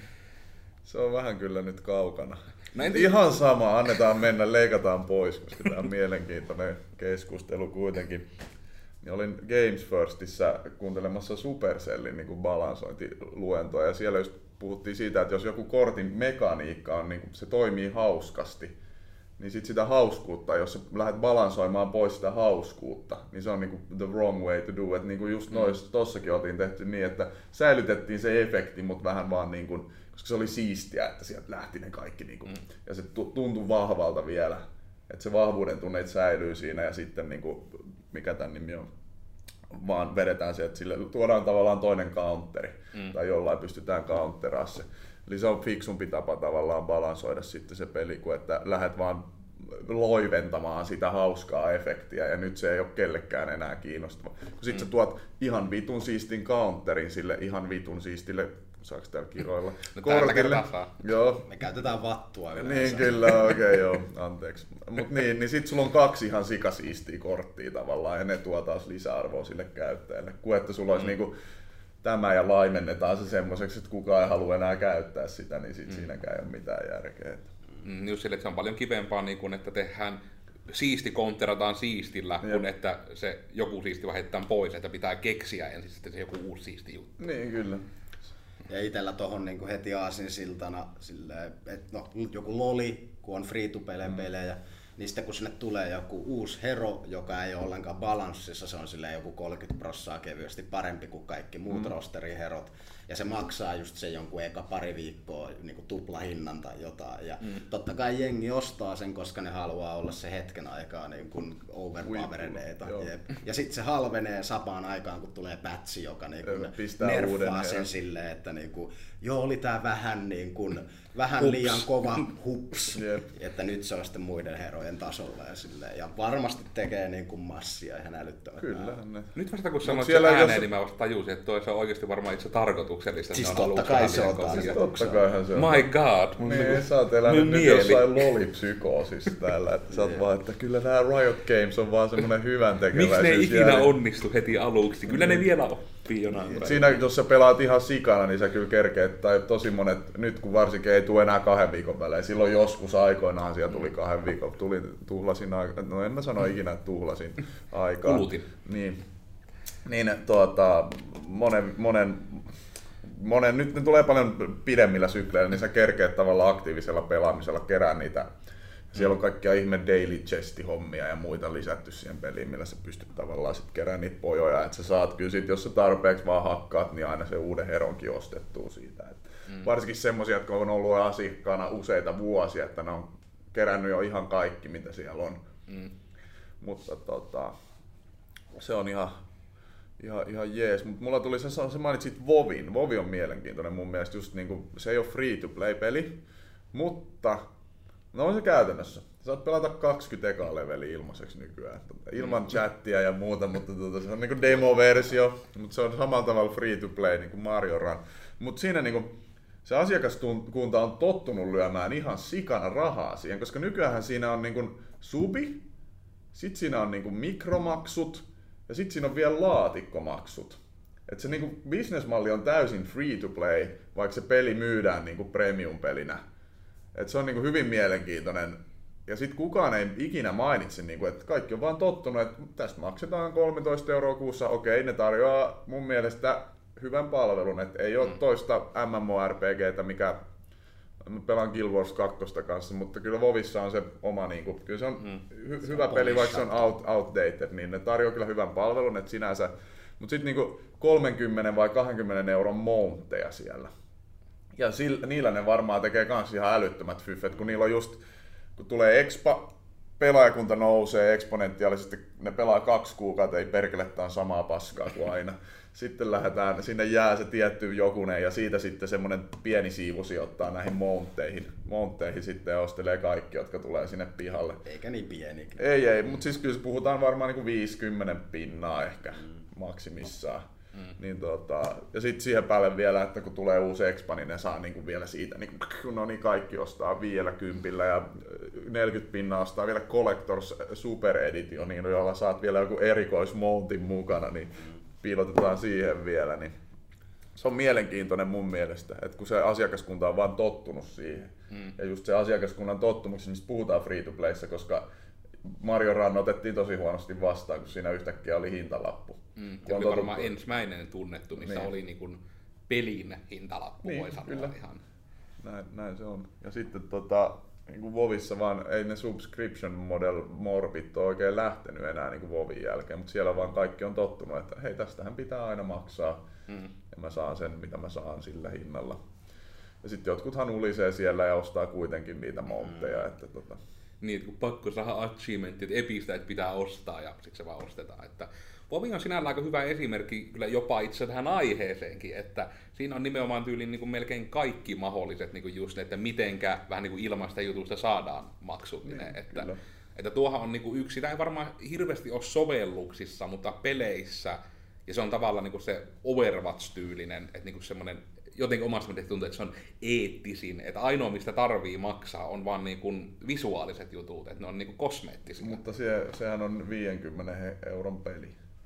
Se on vähän kyllä nyt kaukana. Ihan sama, annetaan mennä, leikataan pois, koska tämä on mielenkiintoinen keskustelu kuitenkin. Niin olin Games Firstissä kuuntelemassa Supercellin niin kuin balansointiluentoa ja siellä just puhuttiin siitä, että jos joku kortin mekaniikka on, niin se toimii hauskasti, niin sit sitä hauskuutta, jos sä lähdet balansoimaan pois sitä hauskuutta, niin se on niin kuin the wrong way to do. Että niin kuin just tossakin oltiin tehty niin, että säilytettiin se efekti, mutta vähän vaan niin kuin, koska se oli siistiä, että sieltä lähti ne kaikki niin kuin, ja se tuntui vahvalta vielä, että se vahvuuden tunne säilyy siinä ja sitten niin kuin, mikä tämän nimi on, vaan vedetään se, että sille tuodaan tavallaan toinen counteri tai jollain pystytään counteraa se. Eli se on fiksumpi tapa tavallaan balansoida sitten se peli, kuin että lähdet vaan loiventamaan sitä hauskaa efektiä ja nyt se ei ole kellekään enää kiinnostava. Kun sit sä tuot ihan vitun siistin counterin sille ihan vitun siistille, saaks täällä kiroilla, kortille. Joo. Me käytetään vattua yleensä. Niin kyllä, okei, joo, anteeksi. Mut niin sit sulla on 2 ihan sikasiistiä korttia tavallaan ja ne tuo taas lisäarvoa sille käyttäjälle. Kuin että sulla olisi niinku tämä ja laimennetaan se semmoiseksi, että kukaan ei halua enää käyttää sitä, niin sit siinäkään ei ole mitään järkeä. Just sille, että se on paljon kivempaa, niin kun, että tehdään siisti kontterataan siistillä, kun että se joku siisti heitetään pois, että pitää keksiä ensin sitten se joku uusi siisti juttu. Niin, kyllä. Ja itellä tohon niinku heti aasinsiltana silleen, että no, joku loli, kun on free-to-pelejä, niin sitten kun sinne tulee joku uusi hero, joka ei ole ollenkaan balanssissa, se on silleen joku 30% kevyesti parempi kuin kaikki muut rosteriherot. Ja se maksaa just se jonkun eka pari viikkoa niin kuin tuplahinnan tai jotain. Ja totta kai jengi ostaa sen, koska ne haluaa olla se hetken aikaa niin kuin overpoweredeita. Ja sitten se halvenee samaan aikaan, kun tulee patchi, joka niin kuin nerfaa sen silleen, että niin kuin, joo, oli tää vähän, niin kuin, vähän liian kova hups, että nyt se on sitten muiden herojen tasolla. Ja, silleen, ja varmasti tekee niin kuin massia ihan älyttömät. Kyllähän ne. Nyt vasta kun sanoit sen ääneen, niin mä vasta tajusin, että toi se on oikeasti varmaan itse tarkoituksellista. Siis totta kai se on tarkoituksellista. My god. Niin, sä oot elänyt nyt jossain lolipsykoosissa täällä. Että sä oot vaan, että kyllä nää Riot Games on vaan semmonen hyvän tekeväisyys. Miksi ne ei ikinä onnistu heti aluksi? Kyllä ne vielä oppii jonain päivänä. Siinä jos sä pelaat ihan sikana, niin sä kyllä kerkeet, tai tosi monet, nyt kun varsinkin ei tule enää 2 viikon välein. Silloin joskus aikoinaan siellä tuli 2 viikon, tuhlasin aikaa. No en mä sano ikinä, että tuhlasin aikaa. Kulutin. Niin monen, nyt ne tulee paljon pidemmillä sykleillä, niin sä kerkeet tavallaan aktiivisella pelaamisella kerää niitä. Siellä on kaikkia ihme daily chesti-hommia ja muita lisätty siihen peliin, millä sä pystyt tavallaan sit keräämään niitä pojoja. Että sä saat kyllä sit, jos sä tarpeeksi vaan hakkaat, niin aina se uuden heronkin ostettua siitä. Varsinkin semmosia, jotka on ollut asiakkaana useita vuosia, että ne on kerännyt jo ihan kaikki, mitä siellä on. Mutta se on ihan jees, mutta mulla tuli se mainitsit Vovin. Vovi on mielenkiintoinen mun mielestä, just niinku, se ei ole free-to-play-peli, mutta no on se käytännössä. Saat pelata 20 ekaa leveliä ilmaiseksi nykyään, ilman chattia ja muuta, mutta se on niinku demo-versio, mutta se on samalla tavalla free-to-play niin kuin Mario Run. Mutta siinä niinku, se asiakaskunta on tottunut lyömään ihan sikana rahaa siihen, koska nykyään siinä on niinku subi, sit siinä on niinku mikromaksut, ja sitten siinä on vielä laatikkomaksut. Et se niinku businessmalli on täysin free to play, vaikka se peli myydään niinku premium-pelinä. Et se on niinku hyvin mielenkiintoinen. Ja sitten kukaan ei ikinä mainitse, niinku, että kaikki on vaan tottunut, että tästä maksetaan 13 € kuussa. Okei, ne tarjoaa mun mielestä hyvän palvelun. Et ei ole toista MMORPGtä, mikä... Mä pelaan Guild Wars 2 kanssa, mutta kyllä Vovissa on se oma, niinku, kyllä se on hyvä peli, vaikka se on outdated, niin ne tarjoaa kyllä hyvän palvelun, että sinänsä, mutta sitten niinku 30 vai 20 € mountteja siellä. Ja niillä ne varmaan tekee kans ihan älyttömät fyffet, kun niillä on just, kun tulee expa, pelaajakunta nousee eksponentiaalisesti, ne pelaa 2 kuukautta, ei perkele, tää on samaa paskaa kuin aina. Sitten lähdetään, sinne jää se tietty jokunen ja siitä sitten semmonen pieni siivu sijoittaa näihin mountteihin sitten ja ostelee kaikki, jotka tulee sinne pihalle. Eikä niin pienikin. Ei, mutta siis kyllä puhutaan varmaan niinku 50 pinnaa ehkä maksimissaan. Niin ja sitten siihen päälle vielä, että kun tulee uusi expa, niin ne saa niinku vielä siitä, niinku, no niin kaikki ostaa 50 ja 40 pinnaa ostaa vielä Collectors Super Edition, niin jolla saat vielä joku erikoismountin mukana, niin piilotetaan siihen vielä. Niin se on mielenkiintoinen mun mielestä, että kun se asiakaskunta on vaan tottunut siihen. Ja just se asiakaskunnan tottumuksen, mistä puhutaan free-to-playssa, koska Mario Run otettiin tosi huonosti vastaan, kun siinä yhtäkkiä oli hintalappu. Se oli varmaan ensimmäinen tunnettu, missä oli niin kuin pelin hintalappu, niin, voi sanoa kyllä. ihan. Näin se on. Ja sitten niin kuin Vovissa vaan ei ne subscription model morbit ole oikein lähtenyt enää niin kuin Vovin jälkeen, mutta siellä vaan kaikki on tottunut, että hei, tästähän pitää aina maksaa ja mä saan sen, mitä mä saan sillä hinnalla. Ja sitten jotkuthan ulisee siellä ja ostaa kuitenkin niitä mountteja. Että Niin, kun pakko saada achievementti, että epistä, että pitää ostaa ja sitten se vaan ostetaan. Että Vovi on sinällään aika hyvä esimerkki kyllä jopa itse tähän aiheeseenkin, että siinä on nimenomaan tyyliin niin kuin melkein kaikki mahdolliset niin kuin just ne, että mitenkä vähän niin kuin ilmaista jutusta saadaan maksullinen. Niin, että tuohan on niin kuin yksi, sitä ei varmaan hirveästi ole sovelluksissa, mutta peleissä, ja se on tavallaan niin kuin se Overwatch-tyylinen, että niin kuin semmoinen jotenkin omasta mielestä tuntuu, että se on eettisin, että ainoa mistä tarvii maksaa on vaan niin kuin visuaaliset jutut, että ne on niin kuin kosmeettisia. Mutta sehän on 50 € peli.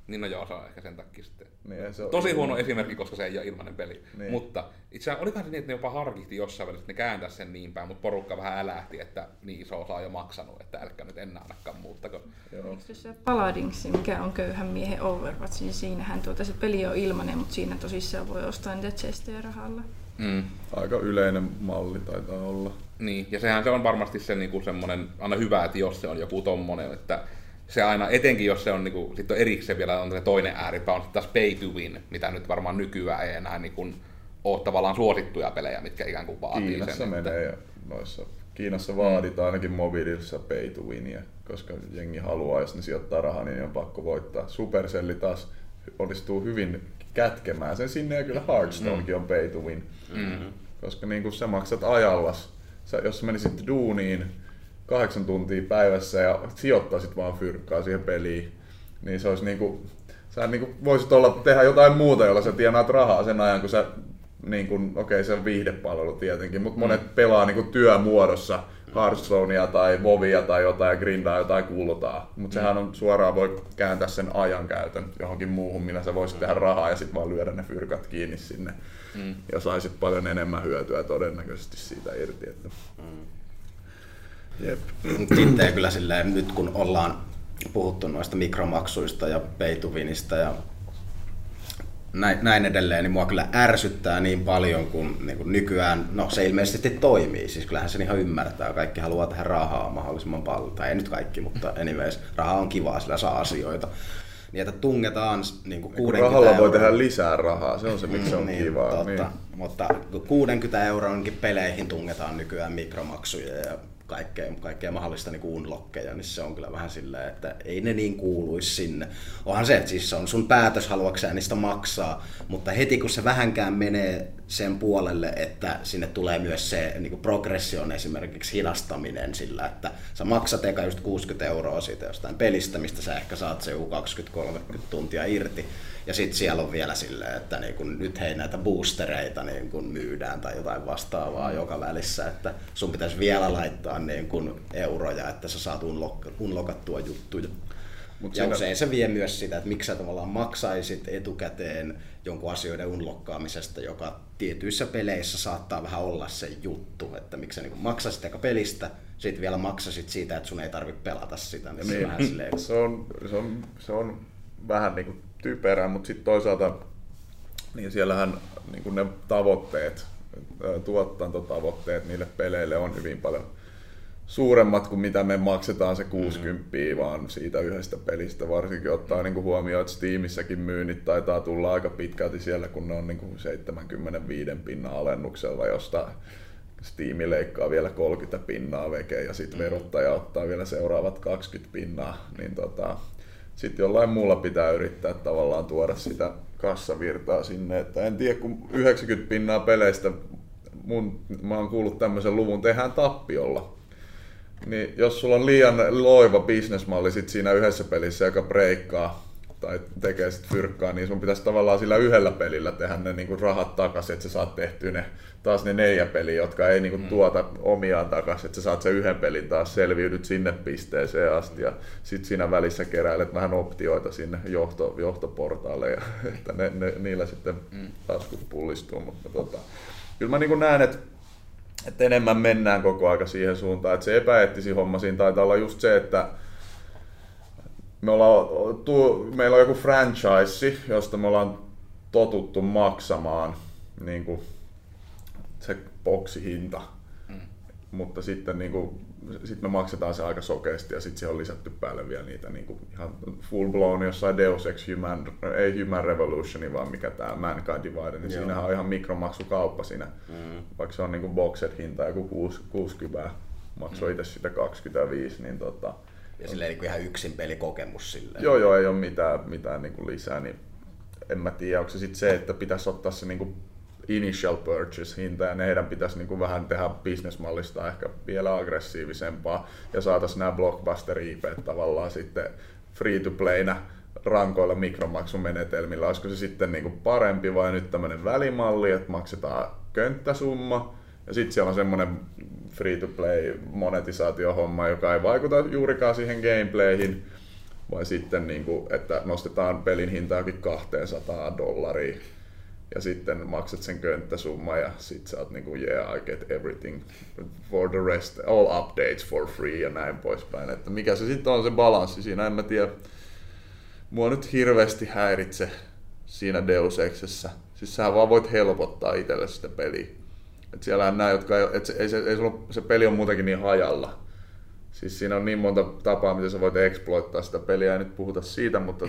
Niin no joo, se on ehkä sen takia sitten. Niin, se on tosi huono esimerkki, koska se ei ole ilmainen peli. Niin. Mutta itse asiassa olikohan se niin, että ne jopa harkittiin jossain välissä, että ne kääntäisi sen niin päin, mutta porukka vähän älähti, että niin iso osa on jo maksanut, että älkää nyt enää ainakaan muuttako. Joo. Eikö se Paladins, mikä on köyhän miehen Overwatch, niin siinähän se peli on ilmainen, mutta siinä tosissaan voi ostaa niitä chestejä rahalla. Aika yleinen malli taitaa olla. Niin, ja sehän se on varmasti se niinku semmoinen aina hyvä, että jos se on joku tommonen, että se aina, etenkin jos se on niinku, sitten on erikseen vielä on toinen ääripää, on sitten taas pay to win, mitä nyt varmaan nykyään ei enää niinku ole tavallaan suosittuja pelejä, mitkä ikään kuin vaatii Kiinassa sen. menee ja Kiinassa vaaditaan ainakin mobiilissa pay to winia, koska jengi haluaa, jos ne sijoittaa rahaa, niin on pakko voittaa. Supercelli taas onnistuu hyvin kätkemään sen sinne, ja kyllä Hearthstonekin on pay to win. Koska niin kun sä maksat ajallas, jos menisit duuniin 8 tuntia päivässä ja sijoittaisit vaan fyrkkaa siihen peliin, niin se olisi niinku, sä niinku voisit tehdä jotain muuta, jolla sä tienaat rahaa sen ajan, kun sä okei, se on viihdepalvelu tietenkin, mutta monet pelaa niinku työmuodossa Hearthstonea tai WoWia tai jotain ja grindaa jotain kultaa. Mutta sehän on suoraan voi kääntää sen ajankäytön johonkin muuhun, millä sä voisit tehdä rahaa ja sitten vaan lyödä ne fyrkat kiinni sinne. Ja saisit paljon enemmän hyötyä todennäköisesti siitä irti. Että... Jep. Sitten kyllä silleen, nyt kun ollaan puhuttu noista mikromaksuista ja pay to winista ja näin edelleen, niin mua kyllä ärsyttää niin paljon, kun nykyään, no se ilmeisesti toimii, siis kyllähän sen ihan ymmärtää, kaikki haluaa tehdä rahaa mahdollisimman paljon, tai ei nyt kaikki, mutta anyways, rahaa on kivaa, sillä saa asioita. Niin että tungetaan niin 60 rahalla voi tehdä lisää rahaa, se on se miksi se on niin, kivaa. Totta, niin. Mutta 60 euronkin peleihin tungetaan nykyään mikromaksuja ja kaikkea mahdollista niin unlockkeja, niin se on kyllä vähän silleen, että ei ne niin kuuluisi sinne. Onhan se, että siis se on sun päätös, haluatko niistä maksaa, mutta heti kun se vähänkään menee sen puolelle, että sinne tulee myös se niin kuin progression esimerkiksi hidastaminen sillä, että sä maksat eka just 60 euroa siitä jostain pelistä, mistä sä ehkä saat se 20-30 tuntia irti, ja sitten siellä on vielä silleen, että niin kun nyt hei näitä boostereita niin kun myydään tai jotain vastaavaa joka välissä, että sun pitäisi vielä laittaa niin kun euroja, että sä saat unlockattua juttuja. Ja siinä... usein se vie myös sitä, että miksi sä tavallaan maksaisit etukäteen jonkun asioiden unlockkaamisesta, joka tietyissä peleissä saattaa vähän olla se juttu, että miksi sä niin kun maksasit eka pelistä, sitten vielä maksasit siitä, että sun ei tarvitse pelata sitä. Niin niin. Vähän silleen... se on vähän niin kuin typerää, mutta sitten toisaalta niin siellähän niin kuin ne tavoitteet, tuotantotavoitteet niille peleille on hyvin paljon suuremmat kuin mitä me maksetaan se 60 vaan siitä yhdestä pelistä, varsinkin ottaa niin kuin huomioon, että Steamissäkin myynnit taitaa tulla aika pitkälti siellä, kun ne on niin kuin 75 pinnan alennuksella, josta Steam leikkaa vielä 30 pinnaa veke ja sitten verottaja ottaa vielä seuraavat 20 pinnaa, niin sitten jollain muulla pitää yrittää tavallaan tuoda sitä kassavirtaa sinne, että en tiedä, kun 90 pinnaa peleistä, mä oon kuullut tämmöisen luvun, tehdään tappiolla. Niin jos sulla on liian loiva bisnesmalli sit siinä yhdessä pelissä, joka breikkaa tai tekee sit fyrkkaa, niin sun pitäisi tavallaan sillä yhdellä pelillä tehdä ne niinku rahat takaisin, että sä saat tehtyä taas ne 4 peliä, jotka ei niinku tuota omiaan takaisin, että sä saat sen yhden pelin taas, selviydyt sinne pisteeseen asti ja sit siinä välissä keräilet vähän optioita sinne johtoportaille, ja, että niillä sitten taskut pullistuu, mutta kyllä mä niinku näen, että enemmän mennään koko aika siihen suuntaan, että se epäeettisin homma siinä taitaa olla just se, että meillä on joku franchise, josta me ollaan totuttu maksamaan niin kuin se boksihinta, mutta sitten niin kuin, sit me maksetaan se aika sokeasti ja sitten siihen on lisätty päälle vielä niitä niin kuin ihan full blown jossain Deus Ex ei Human Revolution, vaan mikä tämä Mankind Divided, niin siinähän on ihan mikromaksukauppa siinä, vaikka se on niin kuin boxed hinta joku 60, maksoi itse sitä 25, niin ja silleen niin ihan yksin pelikokemus silleen. Joo, ei ole mitään niin kuin lisää, niin en mä tiedä, onko se sitten se, että pitäisi ottaa se niin kuin initial purchase hinta ja heidän pitäisi niin kuin vähän tehdä businessmallista ehkä vielä aggressiivisempaa ja saataisiin nämä blockbuster IP:t tavallaan sitten free to playnä rankoilla mikromaksumenetelmillä. Olisiko se sitten niin kuin parempi vai nyt tämmöinen välimalli, että maksetaan könttäsumma ja sitten siellä on semmoinen free to play monetisaatiohomma, joka ei vaikuta juurikaan siihen gameplayhin, vai sitten, niin kuin, että nostetaan pelin hintaakin $200 ja sitten maksat sen könttäsumman ja sit sä oot niinku yeah, I get everything for the rest, all updates for free ja näin poispäin. Että mikä se sitten on se balanssi siinä, en mä tiedä. Mua nyt hirveästi häiritse siinä Deus Exessä. Siis sähän vaan voit helpottaa itselle sitä peliä. Et siellähän nää, jotka se peli on muutenkin niin hajalla. Siis siinä on niin monta tapaa, miten sä voit exploittaa sitä peliä, ei nyt puhuta siitä, mutta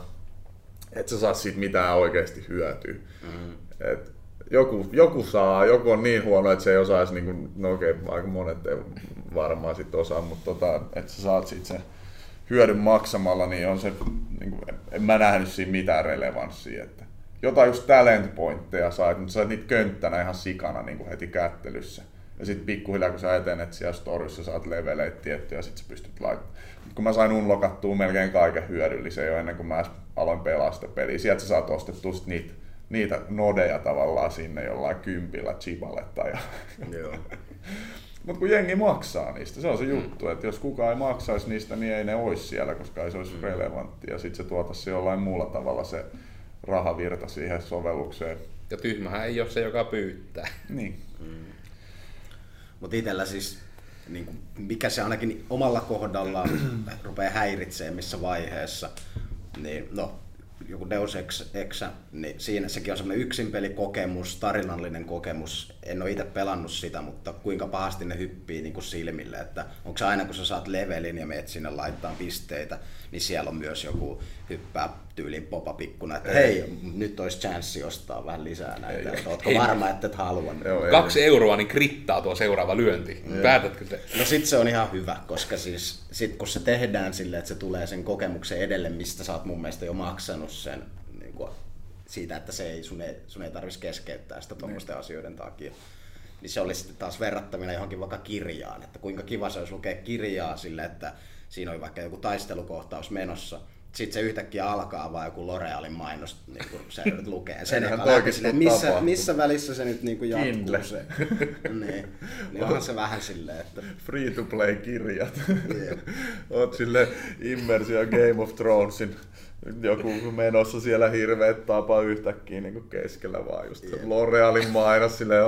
et sä saa siitä mitään oikeasti hyötyä. Et joku saa, joku on niin huono, että se ei osaa edes, no okei, aika monet ei varmaan sit osaa, mutta että sä saat siitä sen hyödyn maksamalla, niin on se, en mä nähnyt siinä mitään relevanssia. Että jotain just talent pointteja saat, mutta sä saat niitä könttänä ihan sikana heti kättelyssä. Ja sitten pikkuhiljaa, kun sä etenet siellä storyssa, saat leveleitä tiettyjä ja sit sä pystyt laittamaan. Kun mä sain unlockattua melkein kaiken hyödyllisen jo ennen kuin mä aloin pelaa sitä peliä. Sieltä sä saat ostettua niitä nodeja tavallaan sinne jollain 10 chiballetta. Mutta kun jengi maksaa niistä, se on se juttu, että jos kukaan ei maksaisi niistä, niin ei ne olisi siellä, koska ei se olisi relevanttia. Ja sitten se tuotaisi jollain muulla tavalla se rahavirta siihen sovellukseen. Ja tyhmähän ei ole se, joka pyytää. Niin. Mutta itsellä siis, niin mikä se ainakin omalla kohdallaan rupeaa häiritsemään missä vaiheessa, niin no, joku Deus Ex, niin siinä sekin on semmoinen yksinpelikokemus, tarinallinen kokemus. En ole itse pelannut sitä, mutta kuinka pahasti ne hyppii niin kuin silmille, että onko se aina kun sä saat levelin ja menet sinne laittaa pisteitä, niin siellä on myös joku hyppää tyyliin popapikkuna, että hei, nyt olisi chanssi ostaa vähän lisää näitä, että ootko varma, että et halua? 2 euroa, niin krittaa tuo seuraava lyönti. Päätätkö se? No sit se on ihan hyvä, koska siis sit kun se tehdään silleen, että se tulee sen kokemuksen edelle, mistä sä oot mun mielestä jo maksanut sen niin kuin siitä, että sun ei tarvitsisi keskeyttää sitä tuommoisten asioiden takia. Niin se oli sitten taas verrattavina johonkin vaikka kirjaan, että kuinka kiva se olisi lukea kirjaa sille, että siinä oli vaikka joku taistelukohtaus menossa. Sitten se yhtäkkiä alkaa vaan joku L'Orealin mainos, niin kun se lukee. Sen missä välissä se nyt niin jatkuu se. niin onhan se vähän silleen, että free-to-play-kirjat. Oot silleen immersio Game of Thronesin joku menossa siellä hirveet tapa yhtäkkiä niin keskellä vaan just L'Orealin mainos silleen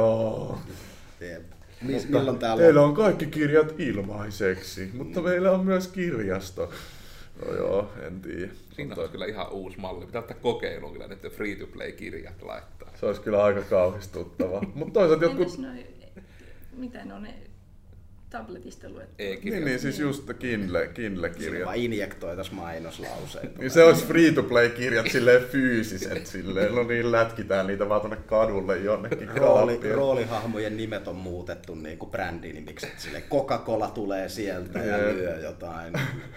milloin täällä teillä on kaikki kirjat ilmaiseksi, mutta meillä on myös kirjasto. No joo, en tiedä. Siinä olisi kyllä ihan uusi malli. Pitää ottaa kokeiluun kyllä nyt free-to-play-kirjat laittaa. Se olisi kyllä aika kauhistuttavaa. Mutta toisaalta jotkut mitä ne on ne tabletista luettu? Niin, siis just Kindle-kirjat. Siinä vaan injektoitais mainoslauseita. Niin se olisi free-to-play-kirjat silleen fyysiset silleen. No niin, lätkitään niitä vaan tonne kadulle jonnekin kaappiin. Roolihahmojen nimet on muutettu niinku brändinimiksi. Silleen Coca-Cola tulee sieltä ja lyö jotain.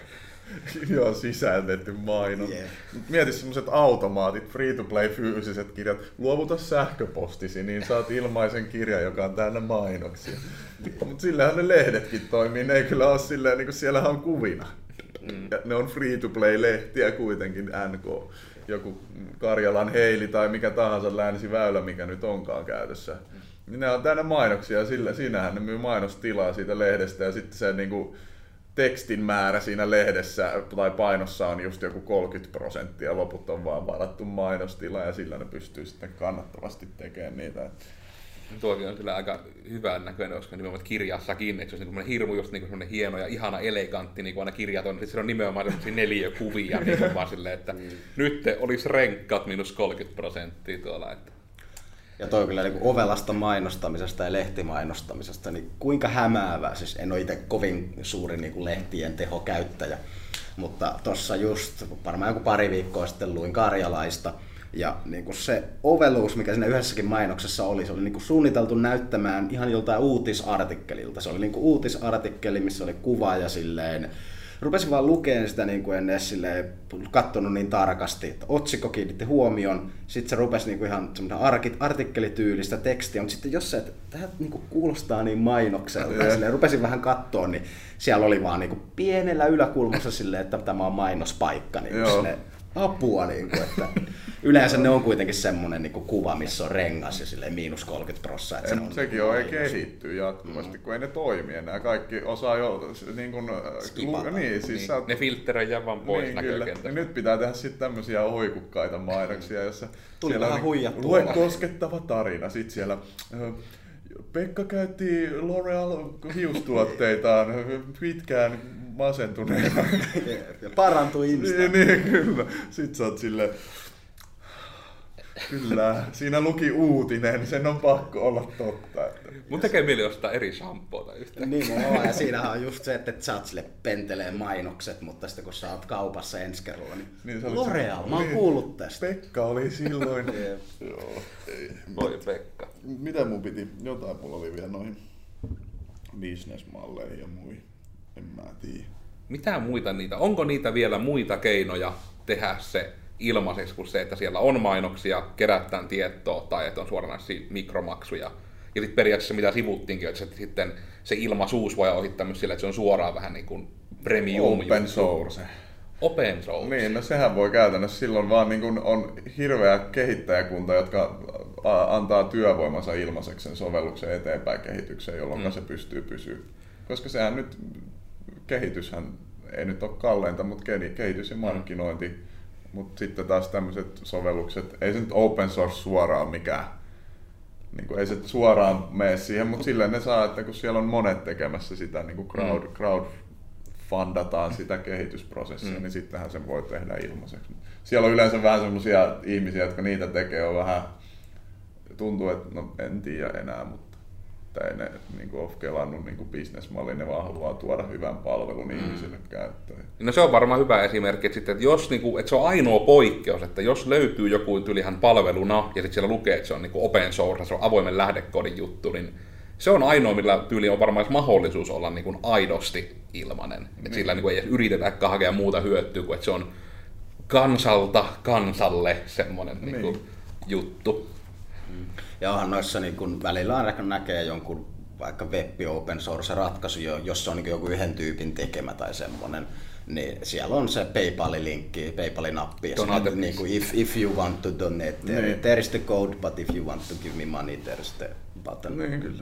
Joo, sisältetty mainos. Mieti semmoset automaatit, free-to-play fyysiset kirjat. Luovuta sähköpostisi, niin saat ilmaisen kirjan, joka on täynnä mainoksia. Mutta sillähän ne lehdetkin toimii. Ne ei kyllä ole silleen, niin kuin siellähän on kuvina. Ja ne on free-to-play-lehtiä kuitenkin, NK. Joku Karjalan Heili tai mikä tahansa länsiväylä, mikä nyt onkaan käytössä. Niin ne on täynnä mainoksia ja siinähän ne myy mainostilaa siitä lehdestä ja sitten se niinku tekstin määrä siinä lehdessä tai painossa on just joku 30%, loput on vaan varattu mainostila ja sillä ne pystyy sitten kannattavasti tekemään niitä. Tuokin on kyllä aika hyvän näköinen, koska nimenomaan kirjassakin, että se on niin hirmu just niin semmoinen hieno ja ihana elegantti, niin kuin aina kirjat on, sitten on nimenomaan sellaisia 4 kuvia, niin kuin vaan silleen, että nyt olisi renkkat -30% tuolla. Että. Ja toi kyllä niin ovelasta mainostamisesta ja lehtimainostamisesta, niin kuinka hämäävää, siis en ole itse kovin suuri niin lehtien tehokäyttäjä, mutta tuossa just varmaan joku pari viikkoa sitten luin Karjalaista, ja niin se oveluus, mikä siinä yhdessäkin mainoksessa oli, se oli niin suunniteltu näyttämään ihan joltain uutisartikkelilta. Se oli niin uutisartikkeli, missä oli kuva ja silleen. Rupesin vaan lukemaan sitä, niin kuin en edes silleen katsonut niin tarkasti, että otsikko kiinnitti huomioon, sitten se rupesi niin kuin ihan artikkelityylistä tekstiä, mutta sitten jos se, että tämä niin kuin kuulostaa niin mainokselta, silleen, rupesin vähän katsoa, niin siellä oli vaan niin kuin pienellä yläkulmassa silleen, että tämä on mainospaikka. Niin silleen, apua. Niin kuin, että yleensä ne on kuitenkin semmoinen niin kuin kuva, missä on rengas ja silleen -30%. Että sekin on, ei kehittyy jatkuvasti, kun ei ne toimi enää. Kaikki osaa jo niin kuin, siis ne filtteröidään vaan pois niin, näkökentältä. Nyt pitää tehdä sitten tämmöisiä oikukkaita mainoksia, jossa siellä on lue koskettava tarina. Sitten siellä Pekka käytti L'Oreal hiustuotteitaan pitkään masentuneena. Ja parantui Insta. Niin, kyllä. Sitten sä oot silleen, kyllä, siinä luki uutinen, niin sen on pakko olla totta. Mun tekee mieli ostaa eri shampoota yhtä. Nimenomaan, ja siinähän on just se, että saat sille pentelee mainokset, mutta sitten kun sä oot kaupassa ensi kerralla, niin L'Oreal, mä oon kuullut tästä. Pekka oli silloin. Joo. Voi Pekka. Mitä mun piti? Jotain mulla oli vielä noihin business-malleihin ja muihin. En mä tiedä. Mitä muita niitä? Onko niitä vielä muita keinoja tehdä se ilmaiseksi kuin se, että siellä on mainoksia, kerätään tietoa tai että on suoranaisia mikromaksuja. Ja sitten periaatteessa mitä sivuttiinkin, että sitten se ilmaisuus voi ohittaa myös sillä, että se on suoraan vähän niin kuin premium. Open source. Open source. Niin, no sehän voi käytännössä silloin vaan niin kuin on hirveä kehittäjäkunta, jotka antaa työvoimansa ilmaiseksi sen sovelluksen eteenpäin kehitykseen, jolloin se pystyy pysyä. Koska sehän nyt, kehityshän ei nyt ole kalleinta, mutta kehitys ja markkinointi. Mutta sitten taas tämmöiset sovellukset, ei se nyt open source suoraan mikään, niin kuin, ei se suoraan mene siihen, mutta silleen ne saa, että kun siellä on monet tekemässä sitä, niin kuin crowdfundataan sitä kehitysprosessia, niin sittenhän sen voi tehdä ilmaiseksi. Siellä on yleensä vähän semmoisia ihmisiä, jotka niitä tekee, on vähän, tuntuu, että no en tiedä enää, mutta ei ne niin kuin ole kelannut niin kuin business-malliin, ne vaan haluaa tuoda hyvän palvelun ihmisille käyttöön. No se on varmaan hyvä esimerkki, että, että, jos, niin kuin, että se on ainoa poikkeus, että jos löytyy joku tylihän palveluna ja sitten siellä lukee, että se on niin kuin open source, se on avoimen lähdekoodin juttu, niin se on ainoa, millä tyyli on varmaan mahdollisuus olla niin kuin aidosti ilmainen. Että sillä niin kuin ei edes yritetäkään hakea muuta hyötyä kuin, että se on kansalta kansalle semmoinen niin kuin juttu. Ja onhan noissa niin kun välillä aina näkee jonkun vaikka web open source ratkaisu, jos on niin joku yhden tyypin tekemä tai semmoinen, niin siellä on se PayPal-linkki, PayPal-nappi, ja niin kuin if you want to donate, there is the code, but if you want to give me money, there is the button. Niin, kyllä.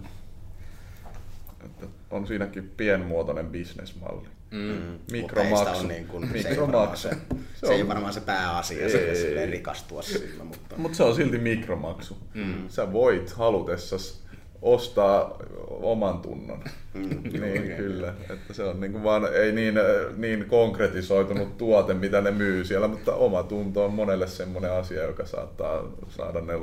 Että on siinäkin pienmuotoinen business-malli. Mikromaksu. Niin se ei ole varmaan se pääasia, se rikastua sillä. Mutta se on silti mikromaksu. Sä voit halutessasi ostaa oman tunnon. Niin, kyllä. Että se on niinku vaan ei niin konkretisoitunut tuote, mitä ne myy siellä, mutta oma tunto on monelle semmoinen asia, joka saattaa saada ne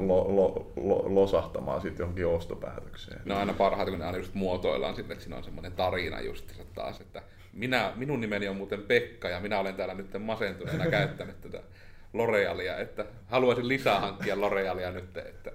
losahtamaan sitten johonkin ostopäätökseen. No aina parhaita, kun ne aina just muotoillaan sitten, että siinä on semmoinen tarina just taas, että minun nimeni on muuten Pekka ja minä olen täällä nyt masentuneena käyttänyt tätä L'Orealia, että haluaisin lisää hankkia L'Orealia nyt. Että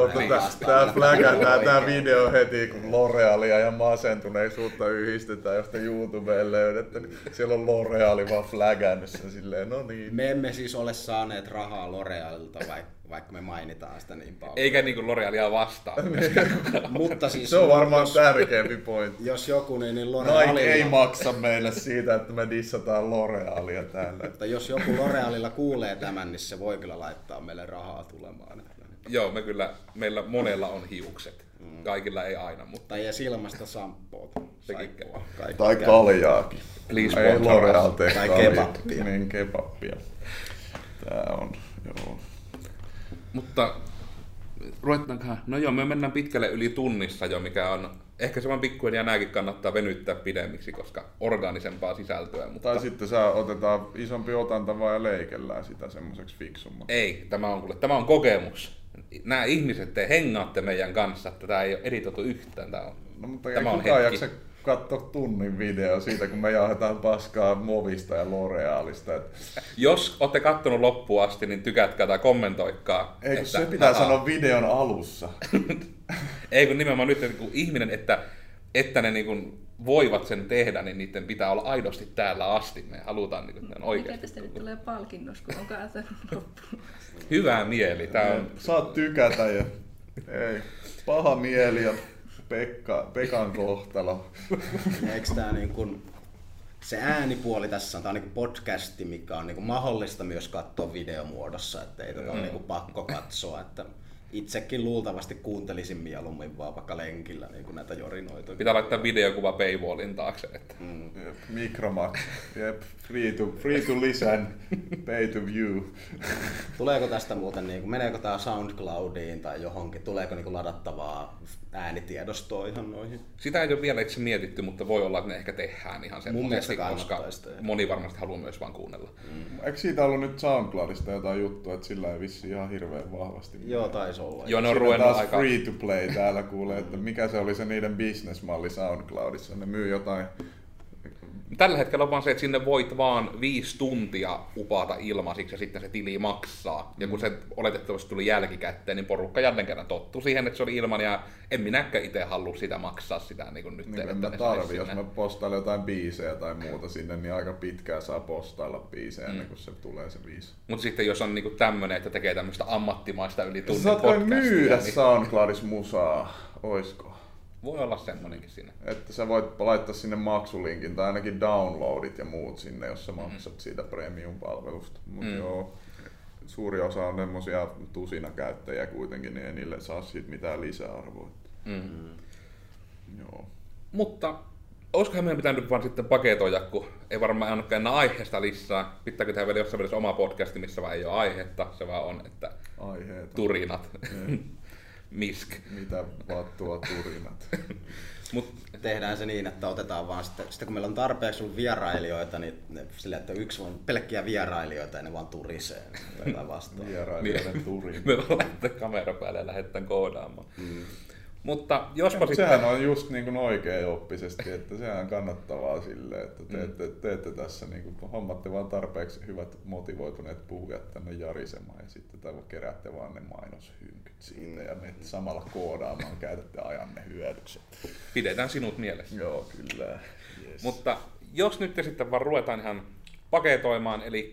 Tää fläkätään tää video heti, kun L'Orealia ja masentuneisuutta yhdistetään, josta YouTubeen löydettä. Niin siellä on L'Oreali vaan flägännyt sen silleen, no niin. Me emme siis ole saaneet rahaa L'Orealilta, vaikka me mainitaan sitä niin paljon. Eikä niinku L'Orealia vastaan. Mutta siis, se on varmaan tärkeämpi pointti. Jos joku, niin L'Orealilla... Nike ei maksa meille siitä, että me dissataan L'Orealia täällä. Mutta jos joku L'Orealilla kuulee tämän, niin se voi kyllä laittaa meille rahaa tulemaan. Joo, meillä monella on hiukset. Kaikilla ei aina, mutta... Tai edes ilmasta sampoota. Tai kaljaakin. Please ei L'Oreal tee tai kebappia. Niin, kebappia. Tää on, joo. Mutta ruvetaankohan? No joo, me mennään pitkälle yli tunnissa jo, mikä on ehkä se vaan pikkuinen ja nääkin kannattaa venyttää pidemmiksi, koska orgaanisempaa sisältöä. Mutta... Tai sitten otetaan isompi otanta vaan ja leikellään sitä semmoiseksi fiksummaksi. Ei, tämä on kokemus. Nämä ihmiset, te hengaatte meidän kanssa, että tämä ei ole editoitu yhtään. Tämä on kukaan jaksa katsoa tunnin video siitä, kun me jauhetaan paskaa Movista ja L'Orealista. Jos olette kattonut loppuun asti, niin tykätkää tai kommentoikaa. Ei, kun se pitää sanoa videon alussa. Ei, kun nimenomaan nyt kun ihminen, että ne niin voivat sen tehdä, niin niiden pitää olla aidosti täällä asti. Me halutaan, että ne on oikeasti. Mikä tästä nyt tulee palkinnos, kun on katsonut loppuun? Hyvä mieli. Saat tykätä ja ei, paha mieli ja Pekan kohtalo. Eikö tää niin kuin se äänipuoli tässä on, tää on niinku podcasti, mikä on niinku mahdollista myös katsoa videomuodossa, että ei tätä ole niinku pakko katsoa, että itsekin luultavasti kuuntelisin mieluummin vaan vaikka lenkillä niin näitä jorinoita. Pitää laittaa videokuva paywallin taakse. Että. Jep, Micromax. Jep, free to listen, pay to view. Tuleeko tästä muuten, niin kuin, meneekö tämä SoundCloudiin tai johonkin, tuleeko niin kuin ladattavaa äänitiedostoa ihan noihin? Sitä ei ole vielä itse mietitty, mutta voi olla, että ne ehkä tehdään ihan semmoisesti, koska sitä. Moni varmasti haluaa myös vaan kuunnella. Eikö siitä ollut nyt SoundCloudista jotain juttua, että sillä ei vissiin ihan hirveän vahvasti? Joo, taisi olla. Joo, ne on ruvennut taas aika free to play täällä kuulee, että mikä se oli se niiden business-malli SoundCloudissa. Ne myy jotain. Tällä hetkellä on vaan se, että sinne voit vaan 5 tuntia upata ilmaisiksi ja sitten se tili maksaa. Ja kun se oletettavasti tuli jälkikäteen, niin porukka jälleen kerran tottui siihen, että se oli ilman ja en minäkään itse halua sitä maksaa sitä niin kuin nyt. Niin mä tarvitsen, jos mä postailen jotain biisejä tai muuta sinne, niin aika pitkään saa postailla biisejä ennen kuin se tulee se 5. Mutta sitten jos on niinku tämmönen, että tekee tämmöistä ammattimaista yli tunnin podcastia. Saat voi myydä niin SoundCloudissa musaa, oisko? Voi olla semmonenkin siinä. Että sä voit laittaa sinne maksulinkin tai ainakin downloadit ja muut sinne, jos sä maksat siitä premium-palvelusta. Mutta joo, suuri osa on semmosia tusinakäyttäjiä kuitenkin, niin ei niille saa siitä mitään lisäarvoa. Joo. Mutta olisikohan meidän pitänyt vaan sitten paketoida, kun ei varmaan annetkaan enää aiheesta lisää. Pitääkö tehdä vielä jossain välissä oma podcasti, missä vaan ei ole aihetta, se vaan on, että aiheet. Turinat. Misk. Mitä vattua turinat. Tehdään se niin, että otetaan vaan sitten kun meillä on tarpeeksi ollut vierailijoita, niin sillä, että yksi on pelkkiä vierailijoita ja ne vaan turisee. Niin vastaan. Vierailijoiden turin. Me vaan laittaa kamera päälle ja lähdetään koodaamaan. Mutta jospa sitten... Sehän on just niin kuin oikeaoppisesti, että sehän on kannattavaa silleen, että teette tässä, niin kuin, hommatte vaan tarpeeksi hyvät motivoituneet puhujat tänne jarisemaan ja sitten keräätte vaan ne mainoshynkyt siitä ja menette samalla koodaamaan, käytätte ajanne hyödyksi. Pidetään sinut mielessä. Joo, kyllä. Yes. Mutta jos nyt sitten vaan ruvetaan ihan paketoimaan, eli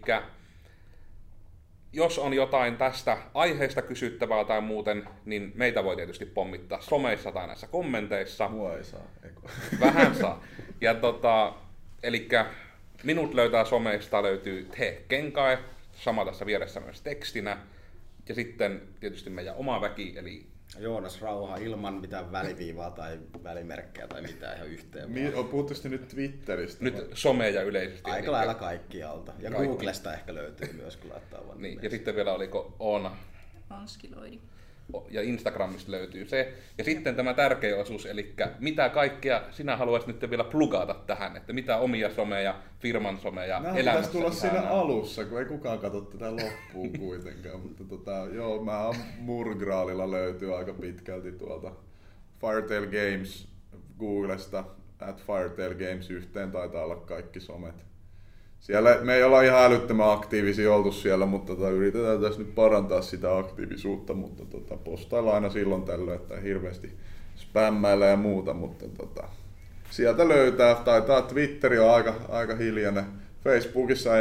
jos on jotain tästä aiheesta kysyttävää tai muuten, niin meitä voi tietysti pommittaa someissa tai näissä kommenteissa. Mua ei saa, eikö? Vähän saa. Ja elikkä minut löytää someista, löytyy Kenkae, sama tässä vieressä myös tekstinä. Ja sitten tietysti meidän oma väki, eli Joonas Rauha ilman mitään väliviivaa tai välimerkkejä tai mitään ihan yhteen. Puhuttu nyt Twitteristä? Nyt someja yleisesti. Aika lailla kaikkialta. Ja kaikki. Googlesta ehkä löytyy myös, kun laittaa vaan niin. Ja sitten vielä oliko Oona? Onskiloidi. Ja Instagramista löytyy se. Ja sitten tämä tärkeä osuus, eli mitä kaikkea sinä haluaisit nyt vielä plugata tähän, että mitä omia someja, firman someja, elämässä. Tulla siinä alussa, kun ei kukaan katso tätä loppuun kuitenkaan. Mutta joo, mä oon Murgraalilla löytyy aika pitkälti tuolta Firetail Games Googlesta, @Firetail Games yhteen taitaa olla kaikki somet. Siellä me ei olla ihan älyttömän aktiivisia oltu siellä, mutta yritetään tässä nyt parantaa sitä aktiivisuutta, mutta postaillaan aina silloin tällöin, että hirveästi spämmäillä ja muuta, mutta sieltä löytää, taitaa Twitteri on aika hiljainen, Facebookissa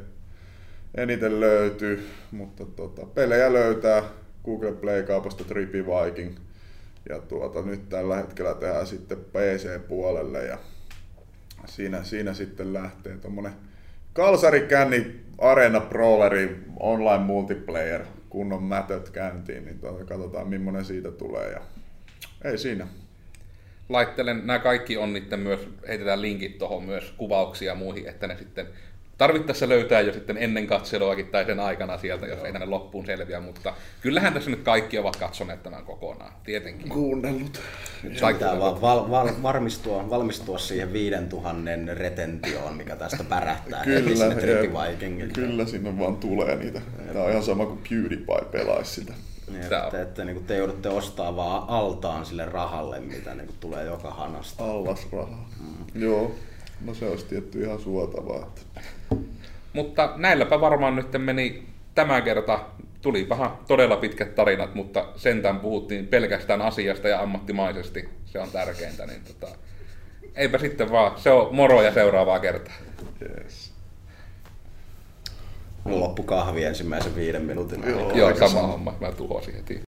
eniten löytyy, mutta pelejä löytää Google Play-kaupasta Trippy Viking ja nyt tällä hetkellä tehdään sitten PC-puolelle ja siinä sitten lähtee tommonen kalsarikänni Arena Brawleri online multiplayer, kunnon mätöt käyntiin, niin katsotaan millainen siitä tulee ja ei siinä. Laittelen, nämä kaikki on niiden myös, heitetään linkit tuohon myös kuvauksia ja muihin, että ne sitten tarvittaessa löytää jo sitten ennen katseluakin tai sen aikana sieltä, jos ei tänne loppuun selviä, mutta kyllähän tässä nyt kaikki ovat katsoneet tämän kokonaan, tietenkin. Kuunnellut. Pitää vaan valmistua siihen 5000 retentioon, mikä tästä pärähtää heti sinne Trippy Vikingille. Kyllä sinne vaan tulee niitä. Tämä on ihan sama kuin PewDiePie pelaisi sitä. Te joudutte ostaa vaan altaan sille rahalle, mitä tulee joka hanasta. Allasrahaa. Joo. No se olisi tietty ihan suotavaa. Mutta näilläpä varmaan nyt meni tämä kerta. Tulipahan todella pitkät tarinat, mutta sentään puhuttiin pelkästään asiasta ja ammattimaisesti. Se on tärkeintä. Niin eipä sitten vaan. Se on moro ja seuraavaa kertaa. Yes. Mulla loppu kahvi ensimmäisen 5 minuutin. Joo, sama homma. Mä tuhosin heti.